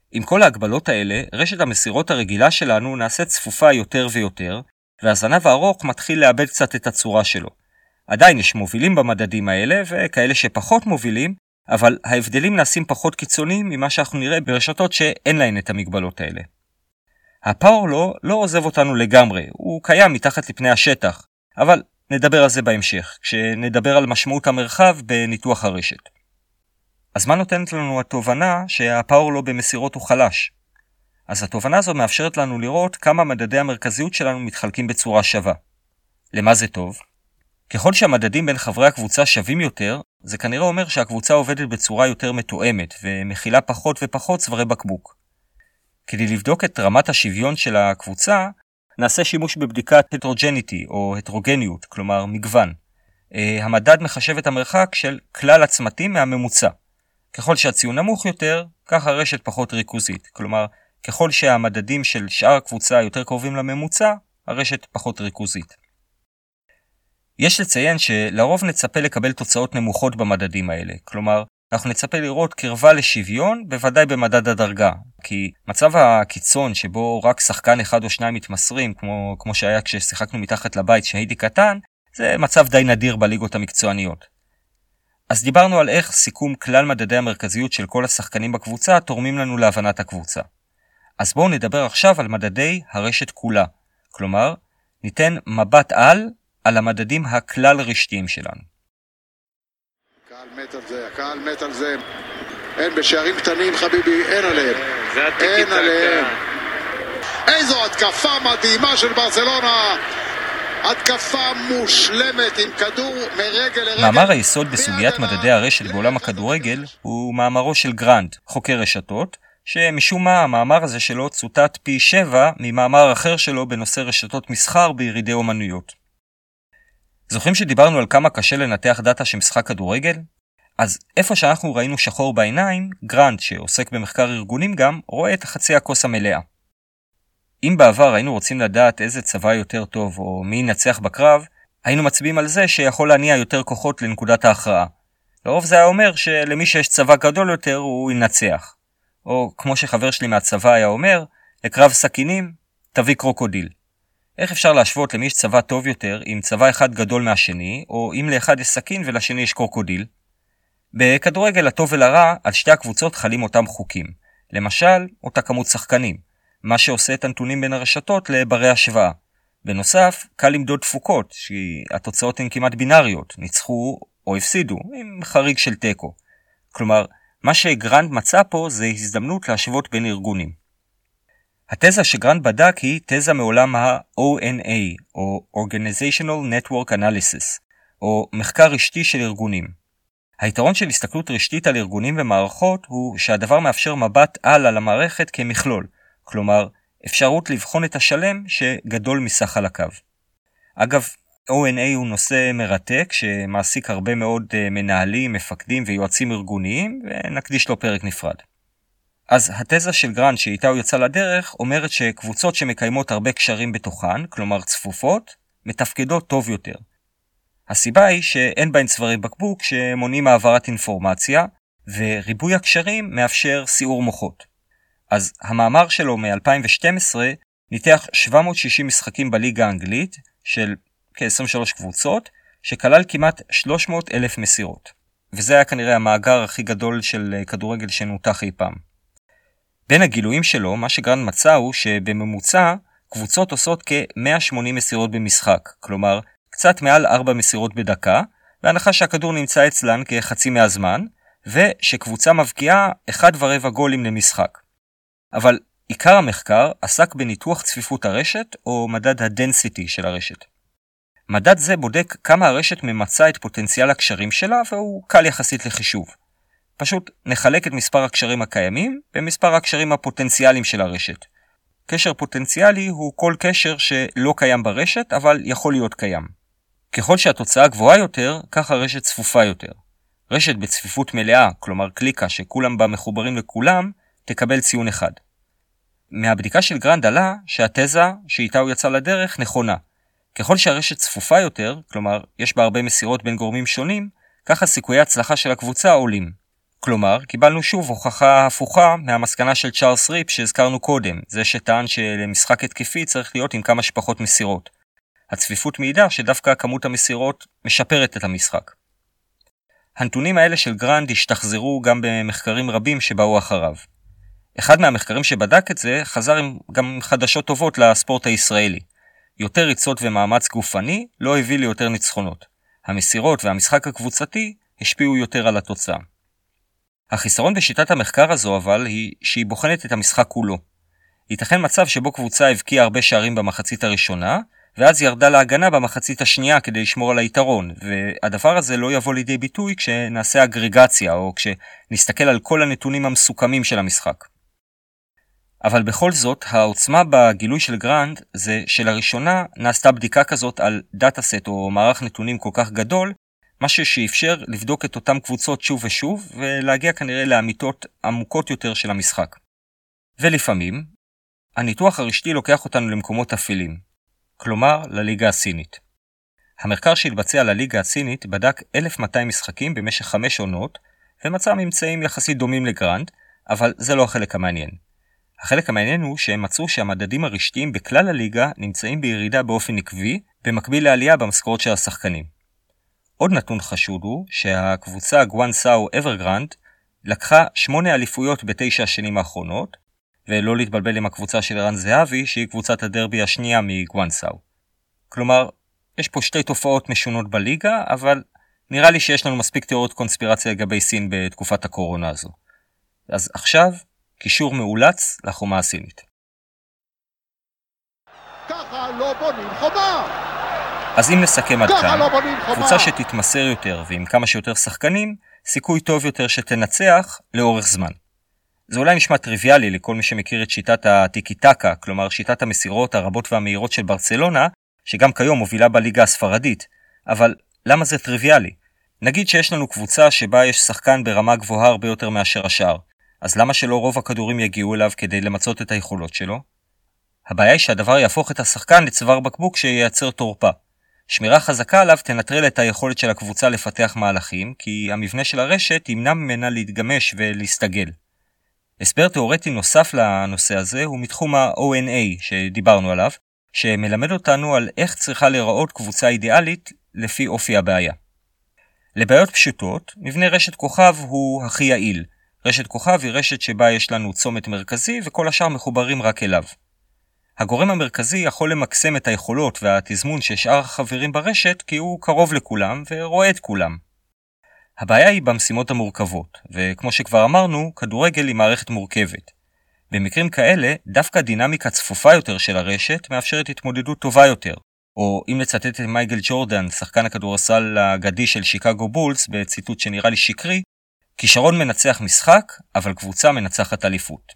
עם כל ההגבלות האלה, רשת המסירות הרגילה שלנו נעשית צפופה יותר ויותר, והזנב הארוך מתחיל לאבד קצת את הצורה שלו. עדיין יש מובילים במדדים האלה, וכאלה שפחות מובילים, אבל ההבדלים נעשים פחות קיצוניים ממה שאנחנו נראה ברשתות שאין להן את המגבלות האלה. הפאור לו לא עוזב אותנו לגמרי, הוא קיים מתחת לפני השטח, אבל נדבר על זה בהמשך, כשנדבר על משמעות המרחב בניתוח הרשת. אז מה נותנת לנו התובנה שהפאור לו במסירות הוא חלש? אז התובנה הזו מאפשרת לנו לראות כמה מדדי המרכזיות שלנו מתחלקים בצורה שווה. למה זה טוב? ככל שהמדדים בין חברי הקבוצה שווים יותר, זה כנראה אומר שהקבוצה עובדת בצורה יותר מתואמת ומכילה פחות ופחות צווארי בקבוק. כדי לבדוק את רמת השוויון של הקבוצה, נעשה שימוש בבדיקת הטרוג'ניטי או הטרוגניות, כלומר מגוון. המדד מחשב את המרחק של כלל הצמתים מהממוצע. ככל שהציון נמוך יותר, כך הרשת פחות ריכוזית. כלומר, ככל שהמדדים של שאר הקבוצה יותר קרובים לממוצע, הרשת פחות ריכוזית. יש לציין שלרוב נצפה לקבל תוצאות נמוכות במדדים האלה. כלומר, אנחנו נצפה לראות קרבה לשוויון, בוודאי במדד הדרגה. כי מצב הקיצון שבו רק שחקן אחד או שניים מתמסרים, כמו, כמו שהיה כששיחקנו מתחת לבית שהייתי קטן, זה מצב די נדיר בליגות המקצועניות. אז דיברנו על איך סיכום כלל מדדי המרכזיות של כל השחקנים בקבוצה תורמים לנו להבנת הקבוצה. אז בואו נדבר עכשיו על מדדי הרשת כולה. כלומר, ניתן מבט על על המדדים הכלל רשתיים שלנו. הקהל מת על זה, הקהל מת על זה. אין בשערים קטנים חביבי, אין עליהם. אין עליהם. איזו התקפה מדהימה של ברצלונה. התקפה מושלמת עם כדור מרגל לרגל. מאמר היסוד בסוגיית מדדי הרשת בעולם הכדורגל הוא מאמרו של גרנד, חוקר רשתות, שמשום מה המאמר הזה שלו צוטט פי שבע ממאמר אחר שלו בנושא רשתות מסחר בירידי אומנויות. זוכרים שדיברנו על כמה קשה לנתח דאטה שמשחק כדורגל? אז איפה שאנחנו ראינו שחור בעיניים, גרנד שעוסק במחקר ארגונים גם רואה את חצי הכוס המלאה. אם בעבר היינו רוצים לדעת איזה צבא יותר טוב או מי ינצח בקרב, היינו מצביעים על זה שיכול להניע יותר כוחות לנקודת ההכרעה. לרוב זה היה אומר שלמי שיש צבא גדול יותר הוא ינצח. או כמו שחבר שלי מהצבא היה אומר, לקרב סכינים, תביא קרוקודיל. איך אפשר להשוות למי יש צבא טוב יותר עם צבא אחד גדול מהשני, או אם לאחד יש סכין ולשני יש קרוקודיל? בכדורגל הטוב ולרע, על שתי הקבוצות חלים אותם חוקים. למשל, אותה כמות שחקנים, מה שעושה את הנתונים בין הרשתות לברי השוואה. בנוסף, קל למדוד תפוקות, שהתוצאות הן כמעט בינאריות, ניצחו או הפסידו, עם חריג של טקו. כלומר, מה שגרנד מצא פה זה הזדמנות להשוות בין ארגונים. התזה שגרנד בדק היא תזה מעולם ה-או אן איי, או Organizational Network Analysis, או מחקר רשתי של ארגונים. היתרון של הסתכלות רשתית על ארגונים ומערכות הוא שהדבר מאפשר מבט על על המערכת כמכלול, כלומר, אפשרות לבחון את השלם שגדול מסך על הקו. אגב, או אן איי הוא נושא מרתק שמעסיק הרבה מאוד מנהלים, מפקדים ויועצים ארגוניים, ונקדיש לו פרק נפרד. אז התזה של גרנד שאיתה הוא יצא לדרך אומרת שקבוצות שמקיימות הרבה קשרים בתוכן, כלומר צפופות, מתפקדות טוב יותר. הסיבה היא שאין בהן צווארי בקבוק שמונעים העברת אינפורמציה, וריבוי הקשרים מאפשר סיעור מוחות. אז המאמר שלו מ-אלפיים ושתים עשרה ניתח שבע מאות ושישים משחקים בליגה האנגלית של כ-עשרים ושלוש קבוצות, שכלל כמעט שלוש מאות אלף מסירות. וזה היה כנראה המאגר הכי גדול של כדורגל שנותח אי פעם. בין הגילויים שלו, מה שגרנד מצא הוא שבממוצע קבוצות עושות כ-מאה ושמונים מסירות במשחק, כלומר קצת מעל ארבע מסירות בדקה, בהנחה שהכדור נמצא אצלן כחצי מהזמן, ושקבוצה מבקיעה אחד ורבע גולים למשחק. אבל עיקר המחקר עסק בניתוח צפיפות הרשת או מדד הדנסיטי של הרשת. מדד זה בודק כמה הרשת ממצה את פוטנציאל הקשרים שלה והוא קל יחסית לחישוב. פשוט נחלק את מספר הקשרים הקיימים במספר הקשרים הפוטנציאליים של הרשת. קשר פוטנציאלי הוא כל קשר שלא קיים ברשת אבל יכול להיות קיים. ככל שהתוצאה גבוהה יותר, כך הרשת צפופה יותר. רשת בצפיפות מלאה, כלומר קליקה שכולם בה מחוברים לכולם, תקבל ציון אחד. מהבדיקה של גרנד עלה שהתזה שאיתה הוא יצא לדרך נכונה. ככל שהרשת צפופה יותר, כלומר יש בה הרבה מסירות בין גורמים שונים, ככה סיכויי הצלחה של הקבוצה עולים. כלומר, קיבלנו שוב הוכחה הפוכה מהמסקנה של צ'ארלס ריפ שהזכרנו קודם, זה שטען שלמשחק התקפי צריך להיות עם כמה שפחות מסירות. הצפיפות מעידה שדווקא כמות המסירות משפרת את המשחק. הנתונים האלה של גרנד השתחזרו גם במחקרים רבים שבאו אחריו. אחד מהמחקרים שבדק את זה חזר עם גם חדשות טובות לספורט הישראלי. יותר ריצות ומאמץ גופני לא הביא ליותר ניצחונות. המסירות והמשחק הקבוצתי השפיעו יותר על התוצאה. החיסרון בשיטת המחקר הזו אבל היא שהיא בוחנת את המשחק כולו. ייתכן מצב שבו קבוצה הבקיעה הרבה שערים במחצית הראשונה, ואז ירדה להגנה במחצית השנייה כדי לשמור על היתרון, והדבר הזה לא יבוא לידי ביטוי כשנעשה אגרגציה או כשנסתכל על כל הנתונים המסוכמים של המשחק. אבל בכל זאת, העוצמה בגילוי של גרנד זה שלראשונה נעשתה בדיקה כזאת על דאטאסט או מערך נתונים כל כך גדול, משהו שאפשר לבדוק את אותם קבוצות שוב ושוב ולהגיע כנראה לאמיתות עמוקות יותר של המשחק. ולפעמים, הניתוח הרשתי לוקח אותנו למקומות אפלים, כלומר לליגה הסינית. המחקר שהתבצע לליגה הסינית בדק אלף מאתיים משחקים במשך חמש עונות ומצא ממצאים יחסית דומים לגרנד, אבל זה לא החלק המעניין. החלק המעניין הוא שהם מצאו שהמדדים הרשתיים בכלל הליגה נמצאים בירידה באופן עקבי, במקביל לעלייה במשכורות של השחקנים. עוד נתון חשוד הוא שהקבוצה גואנסאו אברגרנד לקחה שמונה אליפויות בתשע השנים האחרונות, ולא להתבלבל עם הקבוצה של ערן זהבי שהיא קבוצת הדרבי השנייה מגואנסאו. כלומר, יש פה שתי תופעות משונות בליגה, אבל נראה לי שיש לנו מספיק תיאוריות קונספירציה לגבי סין בתקופת הקורונה הזו. אז עכשיו, קישור מאולץ לחומה הסינית. ככה לא בונים חומה! אז אם נסכם עד כאן, קבוצה שתתמסר יותר ועם כמה שיותר שחקנים, סיכוי טוב יותר שתנצח לאורך זמן. זה אולי נשמע טריוויאלי לכל מי שמכיר את שיטת הטיקי-טקה, כלומר שיטת המסירות הרבות והמהירות של ברצלונה, שגם כיום מובילה בליגה הספרדית. אבל למה זה טריוויאלי? נגיד שיש לנו קבוצה שבה יש שחקן ברמה גבוהה הרבה יותר מאשר השאר. אז למה שלא רוב הכדורים יגיעו אליו כדי למצות את היכולות שלו? הבעיה היא שהדבר יהפוך את השחקן לצוואר בקבוק שייצר תורפה. שמירה חזקה עליו תנטרל את היכולת של הקבוצה לפתח מהלכים, כי המבנה של הרשת ימנע ממנה להתגמש ולהסתגל. הסבר תיאורטי נוסף לנושא הזה הוא מתחום ה-או אן איי שדיברנו עליו, שמלמד אותנו על איך צריכה להיראות קבוצה אידיאלית לפי אופי הבעיה. לבעיות פשוטות, מבנה רשת כוכב הוא הכי יעיל. רשת כוכב היא רשת שבה יש לנו צומת מרכזי וכל השאר מחוברים רק אליו. הגורם המרכזי יכול למקסם את היכולות והתזמון של שאר החברים ברשת כי הוא קרוב לכולם ורואה את כולם. הבעיה היא במשימות המורכבות, וכמו שכבר אמרנו, כדורגל היא מערכת מורכבת. במקרים כאלה, דווקא דינמיקה צפופה יותר של הרשת מאפשרת התמודדות טובה יותר, או אם לצטט את מייגל ג'ורדן, שחקן הכדורסל האגדי של שיקגו בולס, בציטוט שנראה לי שקרי, כישרון מנצח משחק, אבל קבוצה מנצחת אליפות.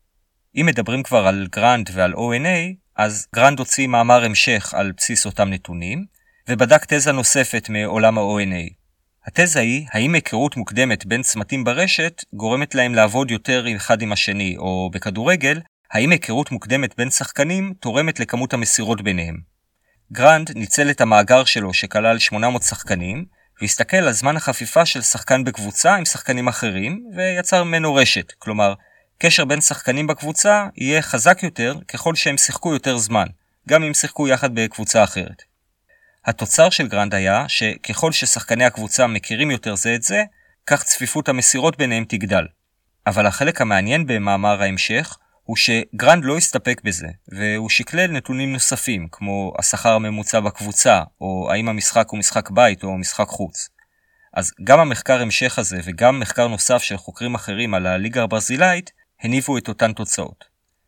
אם מדברים כבר על גרנד ועל או אן איי, אז גרנד הוציא מאמר המשך על בסיס אותם נתונים, ובדק תזה נוספת מעולם ה-או אן איי. התזה היא, האם היכרות מוקדמת בין צמתים ברשת גורמת להם לעבוד יותר אחד עם השני, או בכדורגל, האם היכרות מוקדמת בין שחקנים תורמת לכמות המסירות ביניהם. גרנד ניצל את המאגר שלו שכלל שמונה מאות שחקנים, והסתכל על זמן החפיפה של שחקן בקבוצה עם שחקנים אחרים, ויצר ממנו רשת, כלומר, קשר בין שחקנים בקבוצה יהיה חזק יותר ככל שהם שיחקו יותר זמן, גם אם שיחקו יחד בקבוצה אחרת. התוצר של גרנד היה שככל ששחקני הקבוצה מכירים יותר זה את זה, כך צפיפות המסירות ביניהם תגדל. אבל החלק המעניין במאמר ההמשך הוא שגרנד לא הסתפק בזה, והוא שקלל נתונים נוספים, כמו השכר הממוצע בקבוצה, או האם המשחק הוא משחק בית או משחק חוץ. אז גם המחקר המשך הזה וגם מחקר נוסף של חוקרים אחרים על הליגה הברזילאית, הניבו את אותן תוצאות.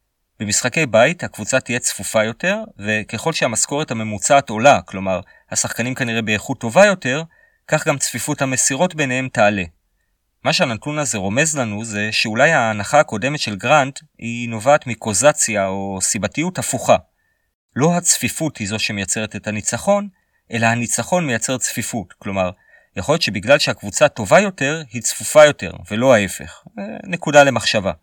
במשחקי בית הקבוצה תהיה צפופה יותר, וככל שהמשכורת הממוצעת עולה, כלומר השחקנים כנראה באיכות טובה יותר, כך גם צפיפות המסירות ביניהם תעלה. מה שהנתון הזה רומז לנו זה שאולי ההנחה הקודמת של גרנד היא נובעת מקוזציה או סיבתיות הפוכה. לא הצפיפות היא זו שמייצרת את הניצחון, אלא הניצחון מייצר צפיפות, כלומר יכול להיות שבגלל שהקבוצה טובה יותר היא צפופה יותר ולא ההפך. נקודה למחשבה.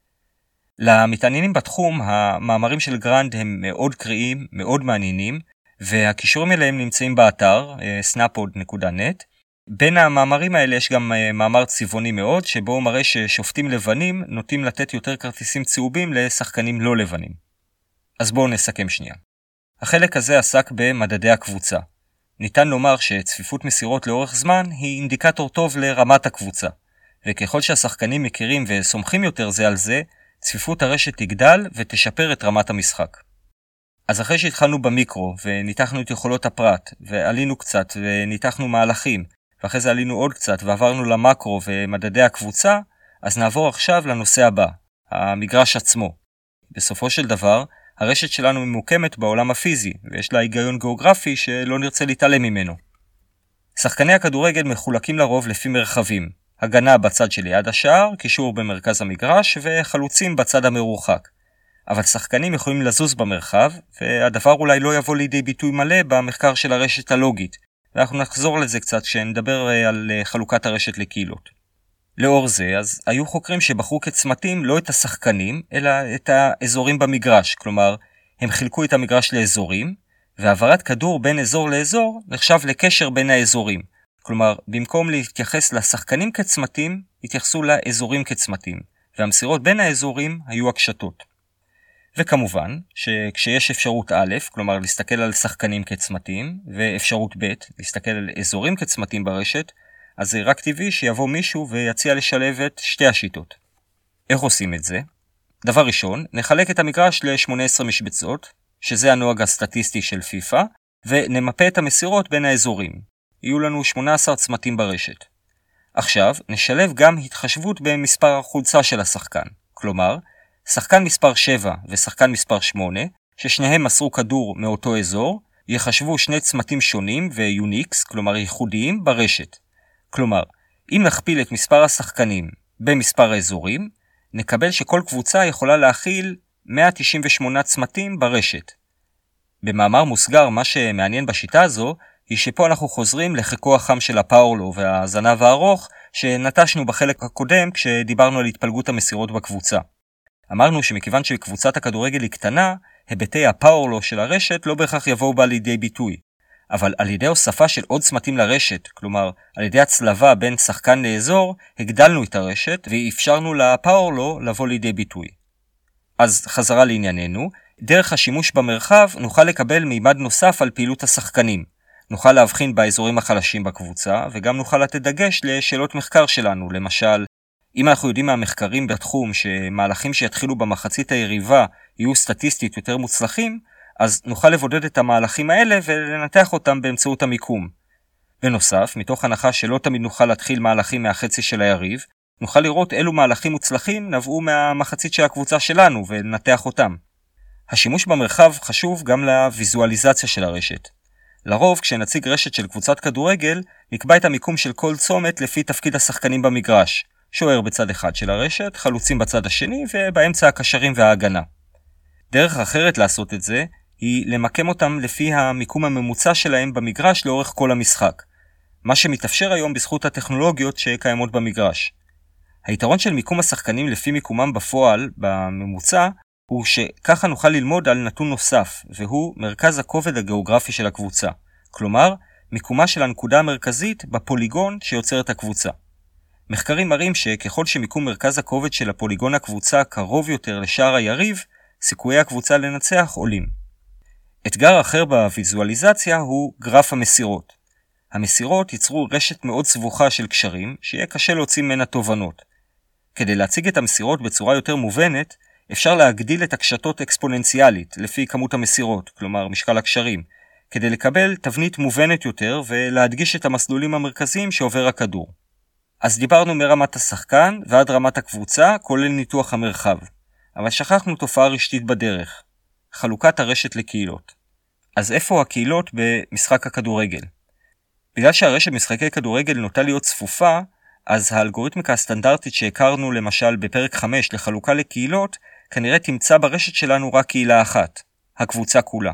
למתעניינים בתחום, המאמרים של גרנד הם מאוד קריאים, מאוד מעניינים, והקישורים אליהם נמצאים באתר סנאפוד נקודה נט. בין המאמרים האלה יש גם מאמר צבעוני מאוד, שבו מראה ששופטים לבנים נוטים לתת יותר כרטיסים צהובים לשחקנים לא לבנים. אז בואו נסכם שנייה. החלק הזה עסק במדדי הקבוצה. ניתן לומר שצפיפות מסירות לאורך זמן היא אינדיקטור טוב לרמת הקבוצה, וככל שהשחקנים מכירים וסומכים יותר זה על זה, צפיפות הרשת תגדל ותשפר את רמת המשחק. אז אחרי שהתחלנו במיקרו וניתחנו את יכולות הפרט, ועלינו קצת וניתחנו מהלכים, ואחרי זה עלינו עוד קצת ועברנו למקרו ומדדי הקבוצה, אז נעבור עכשיו לנושא הבא, המגרש עצמו. בסופו של דבר, הרשת שלנו ממוקמת בעולם הפיזי, ויש לה היגיון גיאוגרפי שלא נרצה להתעלם ממנו. שחקני הכדורגל מחולקים לרוב לפי מרחבים, הגנה בצד שליד השער, קישור במרכז המגרש, וחלוצים בצד המרוחק. אבל שחקנים יכולים לזוז במרחב, והדבר אולי לא יבוא לידי ביטוי מלא במחקר של הרשת הלוגית, ואנחנו נחזור לזה קצת כשנדבר על חלוקת הרשת לקהילות. לאור זה, אז היו חוקרים שבחרו כצמתים לא את השחקנים, אלא את האזורים במגרש, כלומר, הם חילקו את המגרש לאזורים, והעברת כדור בין אזור לאזור נחשב לקשר בין האזורים. כלומר, במקום להתייחס לשחקנים כצמתים, התייחסו לאזורים כצמתים, והמסירות בין האזורים היו הקשתות. וכמובן, שכשיש אפשרות א', כלומר להסתכל על שחקנים כצמתים, ואפשרות ב', להסתכל על אזורים כצמתים ברשת, אז זה רק טבעי שיבוא מישהו ויציע לשלב את שתי השיטות. איך עושים את זה? דבר ראשון, נחלק את המגרש ל-שמונה עשרה משבצות, שזה הנוהג הסטטיסטי של פיפה, ונמפה את המסירות בין האזורים. יהיו לנו שמונה עשרה צמתים ברשת. עכשיו, נשלב גם התחשבות במספר החולצה של השחקן. כלומר, שחקן מספר שבע ושחקן מספר שמונה, ששניהם מסרו כדור מאותו אזור, יחשבו שני צמתים שונים ויוניקס, כלומר ייחודיים, ברשת. כלומר, אם נכפיל את מספר השחקנים במספר האזורים, נקבל שכל קבוצה יכולה להכיל מאה תשעים ושמונה צמתים ברשת. במאמר מוסגר, מה שמעניין בשיטה הזו, היא שפה אנחנו חוזרים לחיקו החם של הפאורלו והזנב הארוך שנטשנו בחלק הקודם כשדיברנו על התפלגות המסירות בקבוצה. אמרנו שמכיוון שקבוצת הכדורגל היא קטנה, היבטי הפאורלו של הרשת לא בהכרח יבואו בה לידי ביטוי. אבל על ידי הוספה של עוד צמתים לרשת, כלומר על ידי הצלבה בין שחקן לאזור, הגדלנו את הרשת ואפשרנו לפאורלו לבוא לידי ביטוי. אז חזרה לענייננו, דרך השימוש במרחב נוכל לקבל מימד נוסף על פעילות השחקנים. נוכל להבחין באזורים החלשים בקבוצה, וגם נוכל לתת דגש לשאלות מחקר שלנו. למשל, אם אנחנו יודעים מהמחקרים בתחום שמהלכים שיתחילו במחצית היריבה יהיו סטטיסטית יותר מוצלחים, אז נוכל לבודד את המהלכים האלה ולנתח אותם באמצעות המיקום. בנוסף, מתוך הנחה שלא תמיד נוכל להתחיל מהלכים מהחצי של היריב, נוכל לראות אילו מהלכים מוצלחים נבעו מהמחצית של הקבוצה שלנו ולנתח אותם. השימוש במרחב חשוב גם לוויזואליזציה של הרשת. לרוב, כשנציג רשת של קבוצת כדורגל, נקבע את המיקום של כל צומת לפי תפקיד השחקנים במגרש. שוער בצד אחד של הרשת, חלוצים בצד השני, ובאמצע הקשרים וההגנה. דרך אחרת לעשות את זה, היא למקם אותם לפי המיקום הממוצע שלהם במגרש לאורך כל המשחק. מה שמתאפשר היום בזכות הטכנולוגיות שקיימות במגרש. היתרון של מיקום השחקנים לפי מיקומם בפועל, בממוצע, הוא שככה נוכל ללמוד על נתון נוסף, והוא מרכז הכובד הגיאוגרפי של הקבוצה. כלומר, מיקומה של הנקודה המרכזית בפוליגון שיוצר את הקבוצה. מחקרים מראים שככל שמיקום מרכז הכובד של הפוליגון הקבוצה קרוב יותר לשער היריב, סיכויי הקבוצה לנצח עולים. אתגר אחר בוויזואליזציה הוא גרף המסירות. המסירות ייצרו רשת מאוד סבוכה של קשרים, שיהיה קשה להוציא ממנה תובנות. כדי להציג את המסירות בצורה יותר מובנת, אפשר להגדיל את הקשתות אקספוננציאלית לפי כמות המסירות, כלומר משקל הקשרים, כדי לקבל תבנית מובנת יותר ולהדגיש את המסלולים המרכזיים שעובר הכדור. אז דיברנו מרמת השחקן ועד רמת הקבוצה, כולל ניתוח המרחב. אבל שכחנו תופעה רשתית בדרך, חלוקת הרשת לקהילות. אז איפה הקהילות במשחק הכדורגל? בגלל שהרשת משחקי כדורגל נוטה להיות צפופה, אז האלגוריתמיקה הסטנדרטית שהכרנו למשל בפרק חמש לחלוקה לקהילות, כנראה תמצא ברשת שלנו רק קהילה אחת, הקבוצה כולה.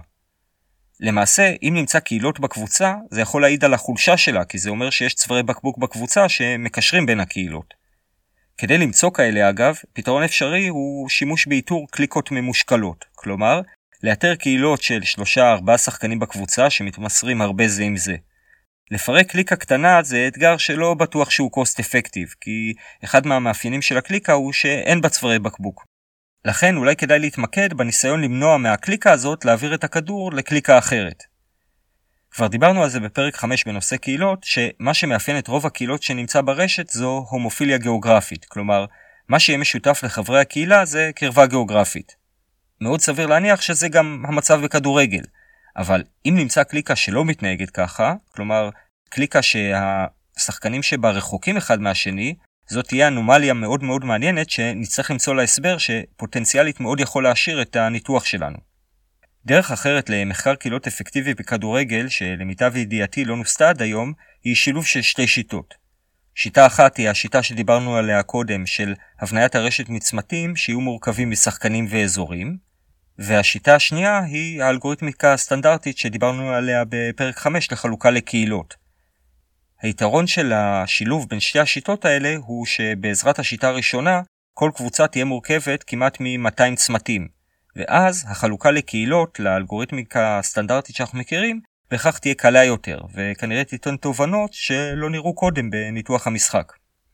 למעשה, אם נמצא קהילות בקבוצה, זה יכול להעיד על החולשה שלה, כי זה אומר שיש צווארי בקבוק בקבוצה שמקשרים בין הקהילות. כדי למצוא כאלה אגב, פתרון אפשרי הוא שימוש באיתור קליקות ממושקלות, כלומר, לאתר קהילות של שלושה ארבעה שחקנים בקבוצה שמתמסרים הרבה זה עם זה. לפרק קליקה קטנה זה אתגר שלא בטוח שהוא cost effective, כי אחד מהמאפיינים של הקליקה הוא שאין בה צווארי בקבוק. לכן אולי כדאי להתמקד בניסיון למנוע מהקליקה הזאת להעביר את הכדור לקליקה אחרת. כבר דיברנו על זה בפרק חמש בנושא קהילות, שמה שמאפיין את רוב הקהילות שנמצא ברשת זו הומופיליה גיאוגרפית, כלומר, מה שיהיה משותף לחברי הקהילה זה קרבה גיאוגרפית. מאוד סביר להניח שזה גם המצב בכדורגל, אבל אם נמצא קליקה שלא מתנהגת ככה, כלומר, קליקה שהשחקנים שבה רחוקים אחד מהשני, זאת תהיה אנומליה מאוד מאוד מעניינת שנצטרך למצוא לה הסבר שפוטנציאלית מאוד יכול להשאיר את הניתוח שלנו. דרך אחרת למחקר קהילות אפקטיבי בכדורגל, שלמיטב ידיעתי לא נוסתה עד היום, היא שילוב של שתי שיטות. שיטה אחת היא השיטה שדיברנו עליה קודם של הבניית הרשת מצמתים שיהיו מורכבים משחקנים ואזורים, והשיטה השנייה היא האלגוריתמיקה הסטנדרטית שדיברנו עליה בפרק חמש לחלוקה לקהילות. היתרון של השילוב בין שתי השיטות האלה הוא שבעזרת השיטה הראשונה כל קבוצה תהיה מורכבת כמעט מ-מאתיים צמתים, ואז החלוקה לקהילות לאלגוריתמיקה הסטנדרטית שאנחנו מכירים בכך תהיה קלה יותר, וכנראה תיתן תובנות שלא נראו קודם בניתוח המשחק.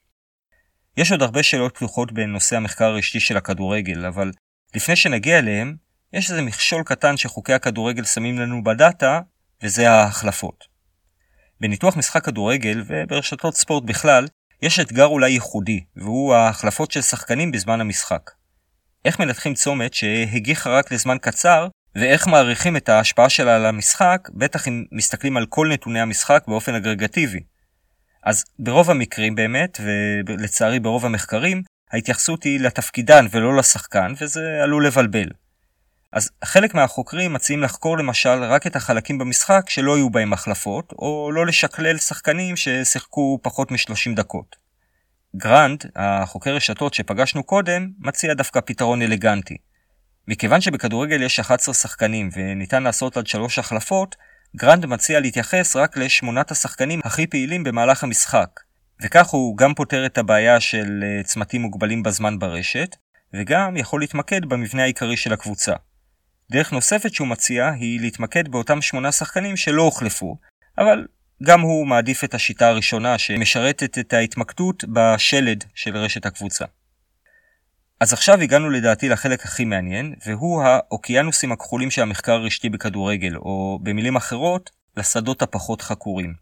יש עוד הרבה שאלות פתוחות בנושא המחקר הרשתי של הכדורגל, אבל לפני שנגיע אליהם, יש איזה מכשול קטן שחוקי הכדורגל שמים לנו בדאטה, וזה ההחלפות. בניתוח משחק כדורגל וברשתות ספורט בכלל, יש אתגר אולי ייחודי, והוא ההחלפות של שחקנים בזמן המשחק. איך מנתחים צומת שהגיחה רק לזמן קצר, ואיך מעריכים את ההשפעה שלה על המשחק, בטח אם מסתכלים על כל נתוני המשחק באופן אגרגטיבי. אז ברוב המקרים באמת, ולצערי ברוב המחקרים, ההתייחסות היא לתפקידן ולא לשחקן, וזה עלול לבלבל. אז חלק מהחוקרים מציעים לחקור למשל רק את החלקים במשחק שלא יהיו בהם החלפות, או לא לשקלל שחקנים ששיחקו פחות מ-שלושים דקות. גרנד, החוקר רשתות שפגשנו קודם, מציע דווקא פתרון אלגנטי. מכיוון שבכדורגל יש אחת עשרה שחקנים וניתן לעשות עד שלוש החלפות, גרנד מציע להתייחס רק לשמונת השחקנים הכי פעילים במהלך המשחק, וכך הוא גם פותר את הבעיה של צמתים מוגבלים בזמן ברשת, וגם יכול להתמקד במבנה העיקרי של הקבוצה. דרך נוספת שהוא מציע היא להתמקד באותם שמונה שחקנים שלא הוחלפו, אבל גם הוא מעדיף את השיטה הראשונה שמשרתת את ההתמקדות בשלד של רשת הקבוצה. אז עכשיו הגענו לדעתי לחלק הכי מעניין, והוא האוקיינוסים הכחולים של המחקר הרשתי בכדורגל, או במילים אחרות, לשדות הפחות חקורים.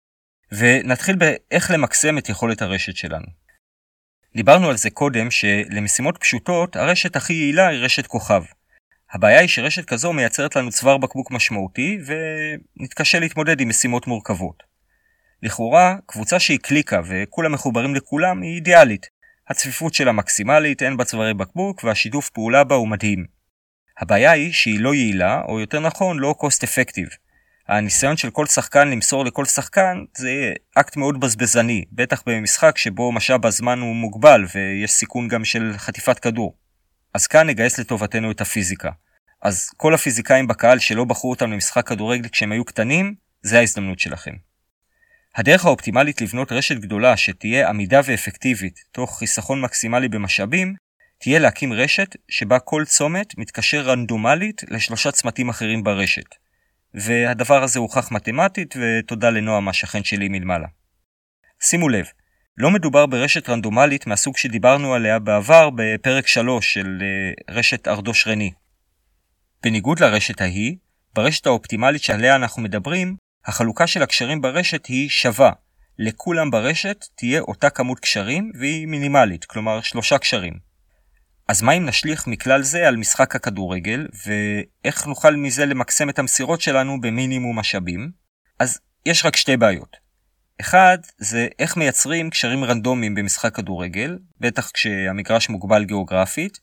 ונתחיל באיך למקסם את יכולת הרשת שלנו. דיברנו על זה קודם שלמשימות פשוטות, הרשת הכי יעילה היא רשת כוכב. הבעיה היא שרשת כזו מייצרת לנו צוואר בקבוק משמעותי, ונתקשה להתמודד עם משימות מורכבות. לכאורה, קבוצה שהיא קליקה וכולם מחוברים לכולם היא אידיאלית. הצפיפות שלה מקסימלית, אין בה צווארי בקבוק, והשיתוף פעולה בה הוא מדהים. הבעיה היא שהיא לא יעילה, או יותר נכון, לא cost effective. הניסיון של כל שחקן למסור לכל שחקן זה אקט מאוד בזבזני, בטח במשחק שבו משאב הזמן הוא מוגבל, ויש סיכון גם של חטיפת כדור. אז כאן נגייס לטובתנו את הפיזיקה. אז כל הפיזיקאים בקהל שלא בחרו אותם למשחק כדורגל כשהם היו קטנים, זה ההזדמנות שלכם. הדרך האופטימלית לבנות רשת גדולה שתהיה עמידה ואפקטיבית תוך חיסכון מקסימלי במשאבים, תהיה להקים רשת שבה כל צומת מתקשר רנדומלית לשלושה צמתים אחרים ברשת. והדבר הזה הוכח מתמטית, ותודה לנועם השכן שלי מלמעלה. שימו לב, לא מדובר ברשת רנדומלית מהסוג שדיברנו עליה בעבר בפרק שלוש של רשת ארדו-שרני. בניגוד לרשת ההיא, ברשת האופטימלית שעליה אנחנו מדברים, החלוקה של הקשרים ברשת היא שווה. לכולם ברשת תהיה אותה כמות קשרים והיא מינימלית, כלומר שלושה קשרים. אז מה אם נשליך מכלל זה על משחק הכדורגל, ואיך נוכל מזה למקסם את המסירות שלנו במינימום משאבים? אז יש רק שתי בעיות. אחד, זה איך מייצרים קשרים רנדומיים במשחק כדורגל, בטח כשהמגרש מוגבל גיאוגרפית,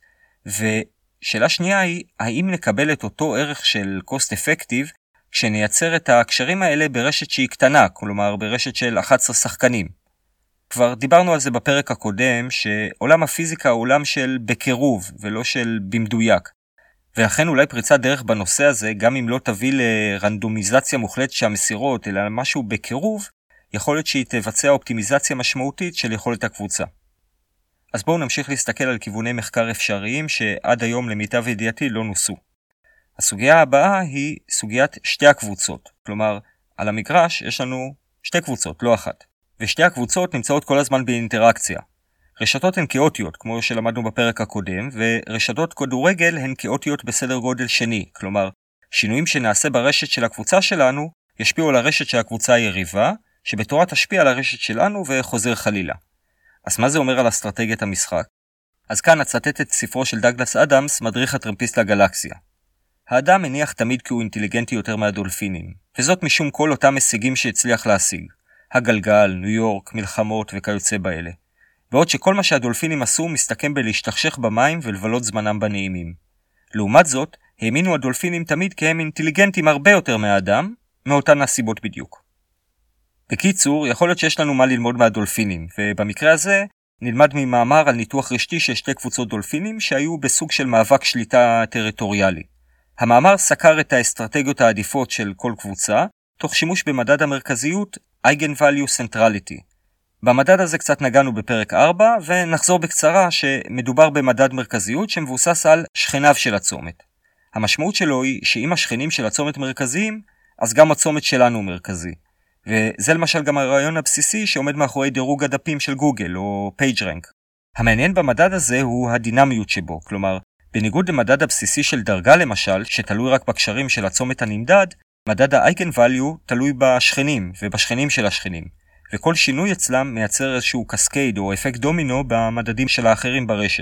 ושאלה שנייה היא, האם נקבל את אותו ערך של cost effective, כשנייצר את הקשרים האלה ברשת שהיא קטנה, כלומר ברשת של אחת עשרה שחקנים. כבר דיברנו על זה בפרק הקודם, שעולם הפיזיקה הוא עולם של בקירוב, ולא של במדויק. ולכן אולי פריצת דרך בנושא הזה, גם אם לא תביא לרנדומיזציה מוחלטת של המסירות, אלא משהו בקירוב, יכול להיות שהיא תבצע אופטימיזציה משמעותית של יכולת הקבוצה. אז בואו נמשיך להסתכל על כיווני מחקר אפשריים שעד היום למיטב ידיעתי לא נוסו. הסוגיה הבאה היא סוגיית שתי הקבוצות, כלומר, על המגרש יש לנו שתי קבוצות, לא אחת. ושתי הקבוצות נמצאות כל הזמן באינטראקציה. רשתות הן כאוטיות, כמו שלמדנו בפרק הקודם, ורשתות כדורגל הן כאוטיות בסדר גודל שני, כלומר, שינויים שנעשה ברשת של הקבוצה שלנו ישפיעו על הרשת של הקבוצה היריבה, שבתורה תשפיע על הרשת שלנו וחוזר חלילה. אז מה זה אומר על אסטרטגיית המשחק? אז כאן אצטט את ספרו של דאגלס אדמס, מדריך הטרמפיסט לגלקסיה. האדם מניח תמיד כי הוא אינטליגנטי יותר מהדולפינים, וזאת משום כל אותם הישגים שהצליח להשיג. הגלגל, ניו יורק, מלחמות וכיוצא באלה. בעוד שכל מה שהדולפינים עשו מסתכם בלהשתכשך במים ולבלות זמנם בנעימים. לעומת זאת, האמינו הדולפינים תמיד כי הם אינטליגנטים הרבה יותר מהאדם, מאותן הסיבות בדיוק. בקיצור, יכול להיות שיש לנו מה ללמוד מהדולפינים, ובמקרה הזה נלמד ממאמר על ניתוח רשתי של שתי קבוצות דולפינים שהיו בסוג של מאבק שליטה טריטוריאלי. המאמר סקר את האסטרטגיות העדיפות של כל קבוצה, תוך שימוש במדד המרכזיות Eigenvalue Centrality. במדד הזה קצת נגענו בפרק ארבע, ונחזור בקצרה שמדובר במדד מרכזיות שמבוסס על שכניו של הצומת. המשמעות שלו היא שאם השכנים של הצומת מרכזיים, אז גם הצומת שלנו מרכזי. וזה למשל גם הרעיון הבסיסי שעומד מאחורי דירוג הדפים של גוגל או PageRank. המעניין במדד הזה הוא הדינמיות שבו, כלומר, בניגוד למדד הבסיסי של דרגה למשל, שתלוי רק בקשרים של הצומת הנמדד, מדד ה-Eigenvalue תלוי בשכנים ובשכנים של השכנים, וכל שינוי אצלם מייצר איזשהו קסקייד או אפקט דומינו במדדים של האחרים ברשת.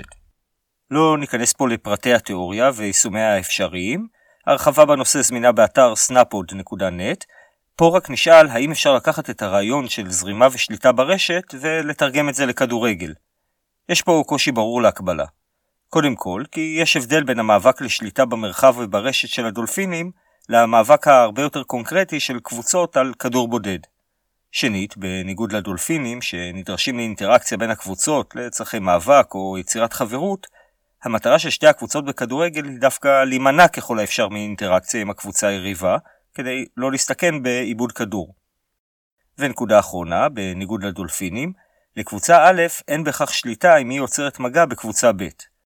לא ניכנס פה לפרטי התיאוריה ויישומיה האפשריים, הרחבה בנושא זמינה באתר סנאפוד נקודה נט, פה רק נשאל האם אפשר לקחת את הרעיון של זרימה ושליטה ברשת ולתרגם את זה לכדורגל. יש פה קושי ברור להקבלה. קודם כל, כי יש הבדל בין המאבק לשליטה במרחב וברשת של הדולפינים, למאבק הרבה יותר קונקרטי של קבוצות על כדור בודד. שנית, בניגוד לדולפינים שנדרשים לאינטראקציה בין הקבוצות לצרכי מאבק או יצירת חברות, המטרה של שתי הקבוצות בכדורגל היא דווקא להימנע ככל האפשר מאינטראקציה עם הקבוצה היריבה, כדי לא להסתכן באיבוד כדור. ונקודה אחרונה, בניגוד לדולפינים, לקבוצה א' אין בכך שליטה אם היא יוצרת מגע בקבוצה ב'.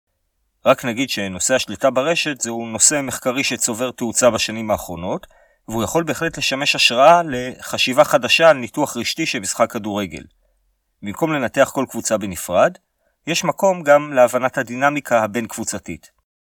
רק נגיד שנושא השליטה ברשת זהו נושא מחקרי שצובר תאוצה בשנים האחרונות, והוא יכול בהחלט לשמש השראה לחשיבה חדשה על ניתוח רשתי של משחק כדורגל. במקום לנתח כל קבוצה בנפרד, יש מקום גם להבנת הדינמיקה הבין קבוצתית.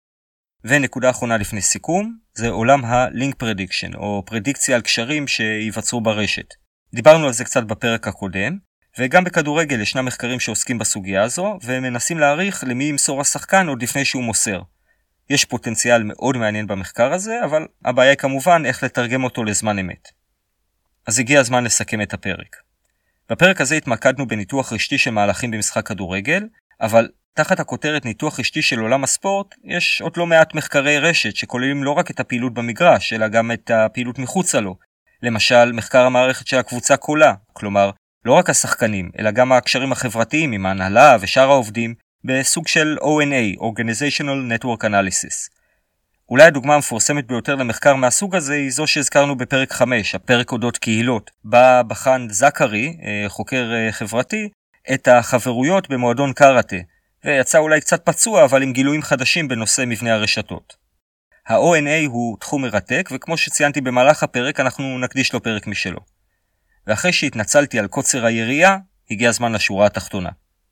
ונקודה אחרונה לפני סיכום, זה עולם ה-Link Prediction, או פרדיקציה על קשרים שיווצרו ברשת. דיברנו על זה קצת בפרק הקודם, וגם בכדורגל ישנם מחקרים שעוסקים בסוגיה הזו, ומנסים להעריך למי ימסור השחקן עוד לפני שהוא מוסר. יש פוטנציאל מאוד מעניין במחקר הזה, אבל הבעיה היא כמובן איך לתרגם אותו לזמן אמת. אז הגיע הזמן לסכם את הפרק. בפרק הזה התמקדנו בניתוח רשתי של מהלכים במשחק כדורגל, אבל תחת הכותרת ניתוח רשתי של עולם הספורט, יש עוד לא מעט מחקרי רשת שכוללים לא רק את הפעילות במגרש, אלא גם את הפעילות מחוצה לו. למשל, מחקר המערכת של הקבוצה כולה, כלומר, לא רק השחקנים, אלא גם הקשרים החברתיים עם ההנהלה ושאר העובדים, בסוג של או אן איי, Organizational Network Analysis. אולי הדוגמה המפורסמת ביותר למחקר מהסוג הזה היא זו שהזכרנו בפרק חמש, הפרק אודות קהילות, בה בחן זקרי, חוקר חברתי, את החברויות במועדון קראטה, ויצא אולי קצת פצוע, אבל עם גילויים חדשים בנושא מבנה הרשתות. ה-או אן איי הוא תחום מרתק, וכמו שציינתי במהלך הפרק, אנחנו נקדיש לו פרק משלו. ואחרי שהתנצלתי על קוצר היריעה, הגיע הזמן לשורה התחתונה.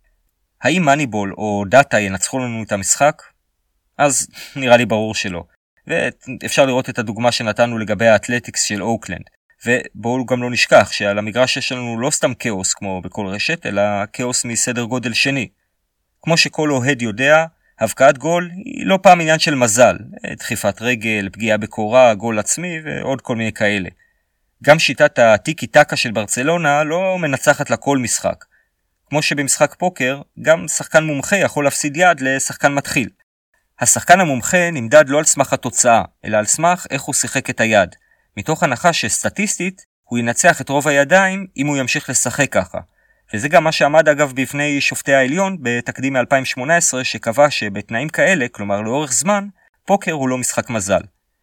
האם מאניבול או דאטה ינצחו לנו את המשחק? אז נראה לי ברור שלא. ואפשר לראות את הדוגמה שנתנו לגבי האתלטיקס של אוקלנד. ובואו גם לא נשכח שעל המגרש יש לנו לא סתם כאוס כמו בכל רשת, אלא כאוס מסדר גודל שני. כמו שכל אוהד יודע, הבקעת גול היא לא פעם עניין של מזל, דחיפת רגל, פגיעה בקורה, גול עצמי ועוד כל מיני כאלה. גם שיטת הטיקי טקה של ברצלונה לא מנצחת לכל משחק. כמו שבמשחק פוקר, גם שחקן מומחה יכול להפסיד יד לשחקן מתחיל. השחקן המומחה נמדד לא על סמך התוצאה, אלא על סמך איך הוא שיחק את היד, מתוך הנחה שסטטיסטית הוא ינצח את רוב הידיים אם הוא ימשיך לשחק ככה. וזה גם מה שעמד אגב בפני שופטי העליון בתקדים מ-אלפיים שמונה עשרה שקבע שבתנאים כאלה, כלומר לאורך זמן, פוקר הוא לא משחק מזל.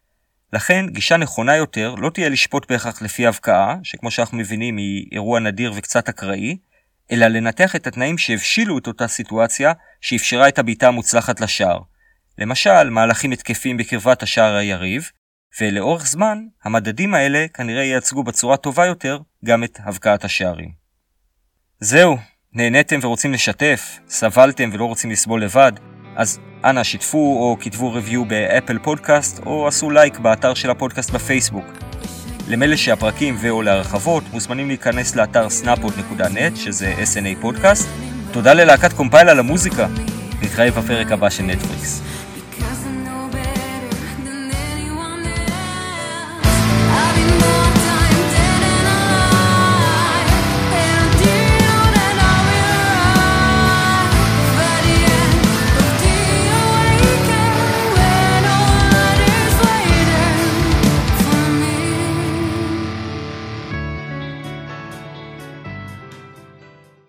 לכן גישה נכונה יותר לא תהיה לשפוט בהכרח לפי הבקעה, שכמו שאנחנו מבינים היא אירוע נדיר וקצת אקראי, אלא לנתח את התנאים שהבשילו את אותה סיטואציה שאפשרה את הביתה המוצלחת לשער. למשל, מהלכים התקפים בקרבת השער היריב, ולאורך זמן, המדדים האלה כנראה ייצגו בצורה טובה יותר גם את הבקעת השערים. זהו, נהניתם ורוצים לשתף, סבלתם ולא רוצים לסבול לבד, אז אנא שיתפו או כתבו ריוויו באפל פודקאסט או עשו לייק באתר של הפודקאסט בפייסבוק. למלא שהפרקים ואו להרחבות מוזמנים להיכנס לאתר סנאפוד נקודה נט שזה אס אן איי פודקאסט. תודה ללהקת קומפייל על המוזיקה. נתראה בפרק הבא של נטפליקס.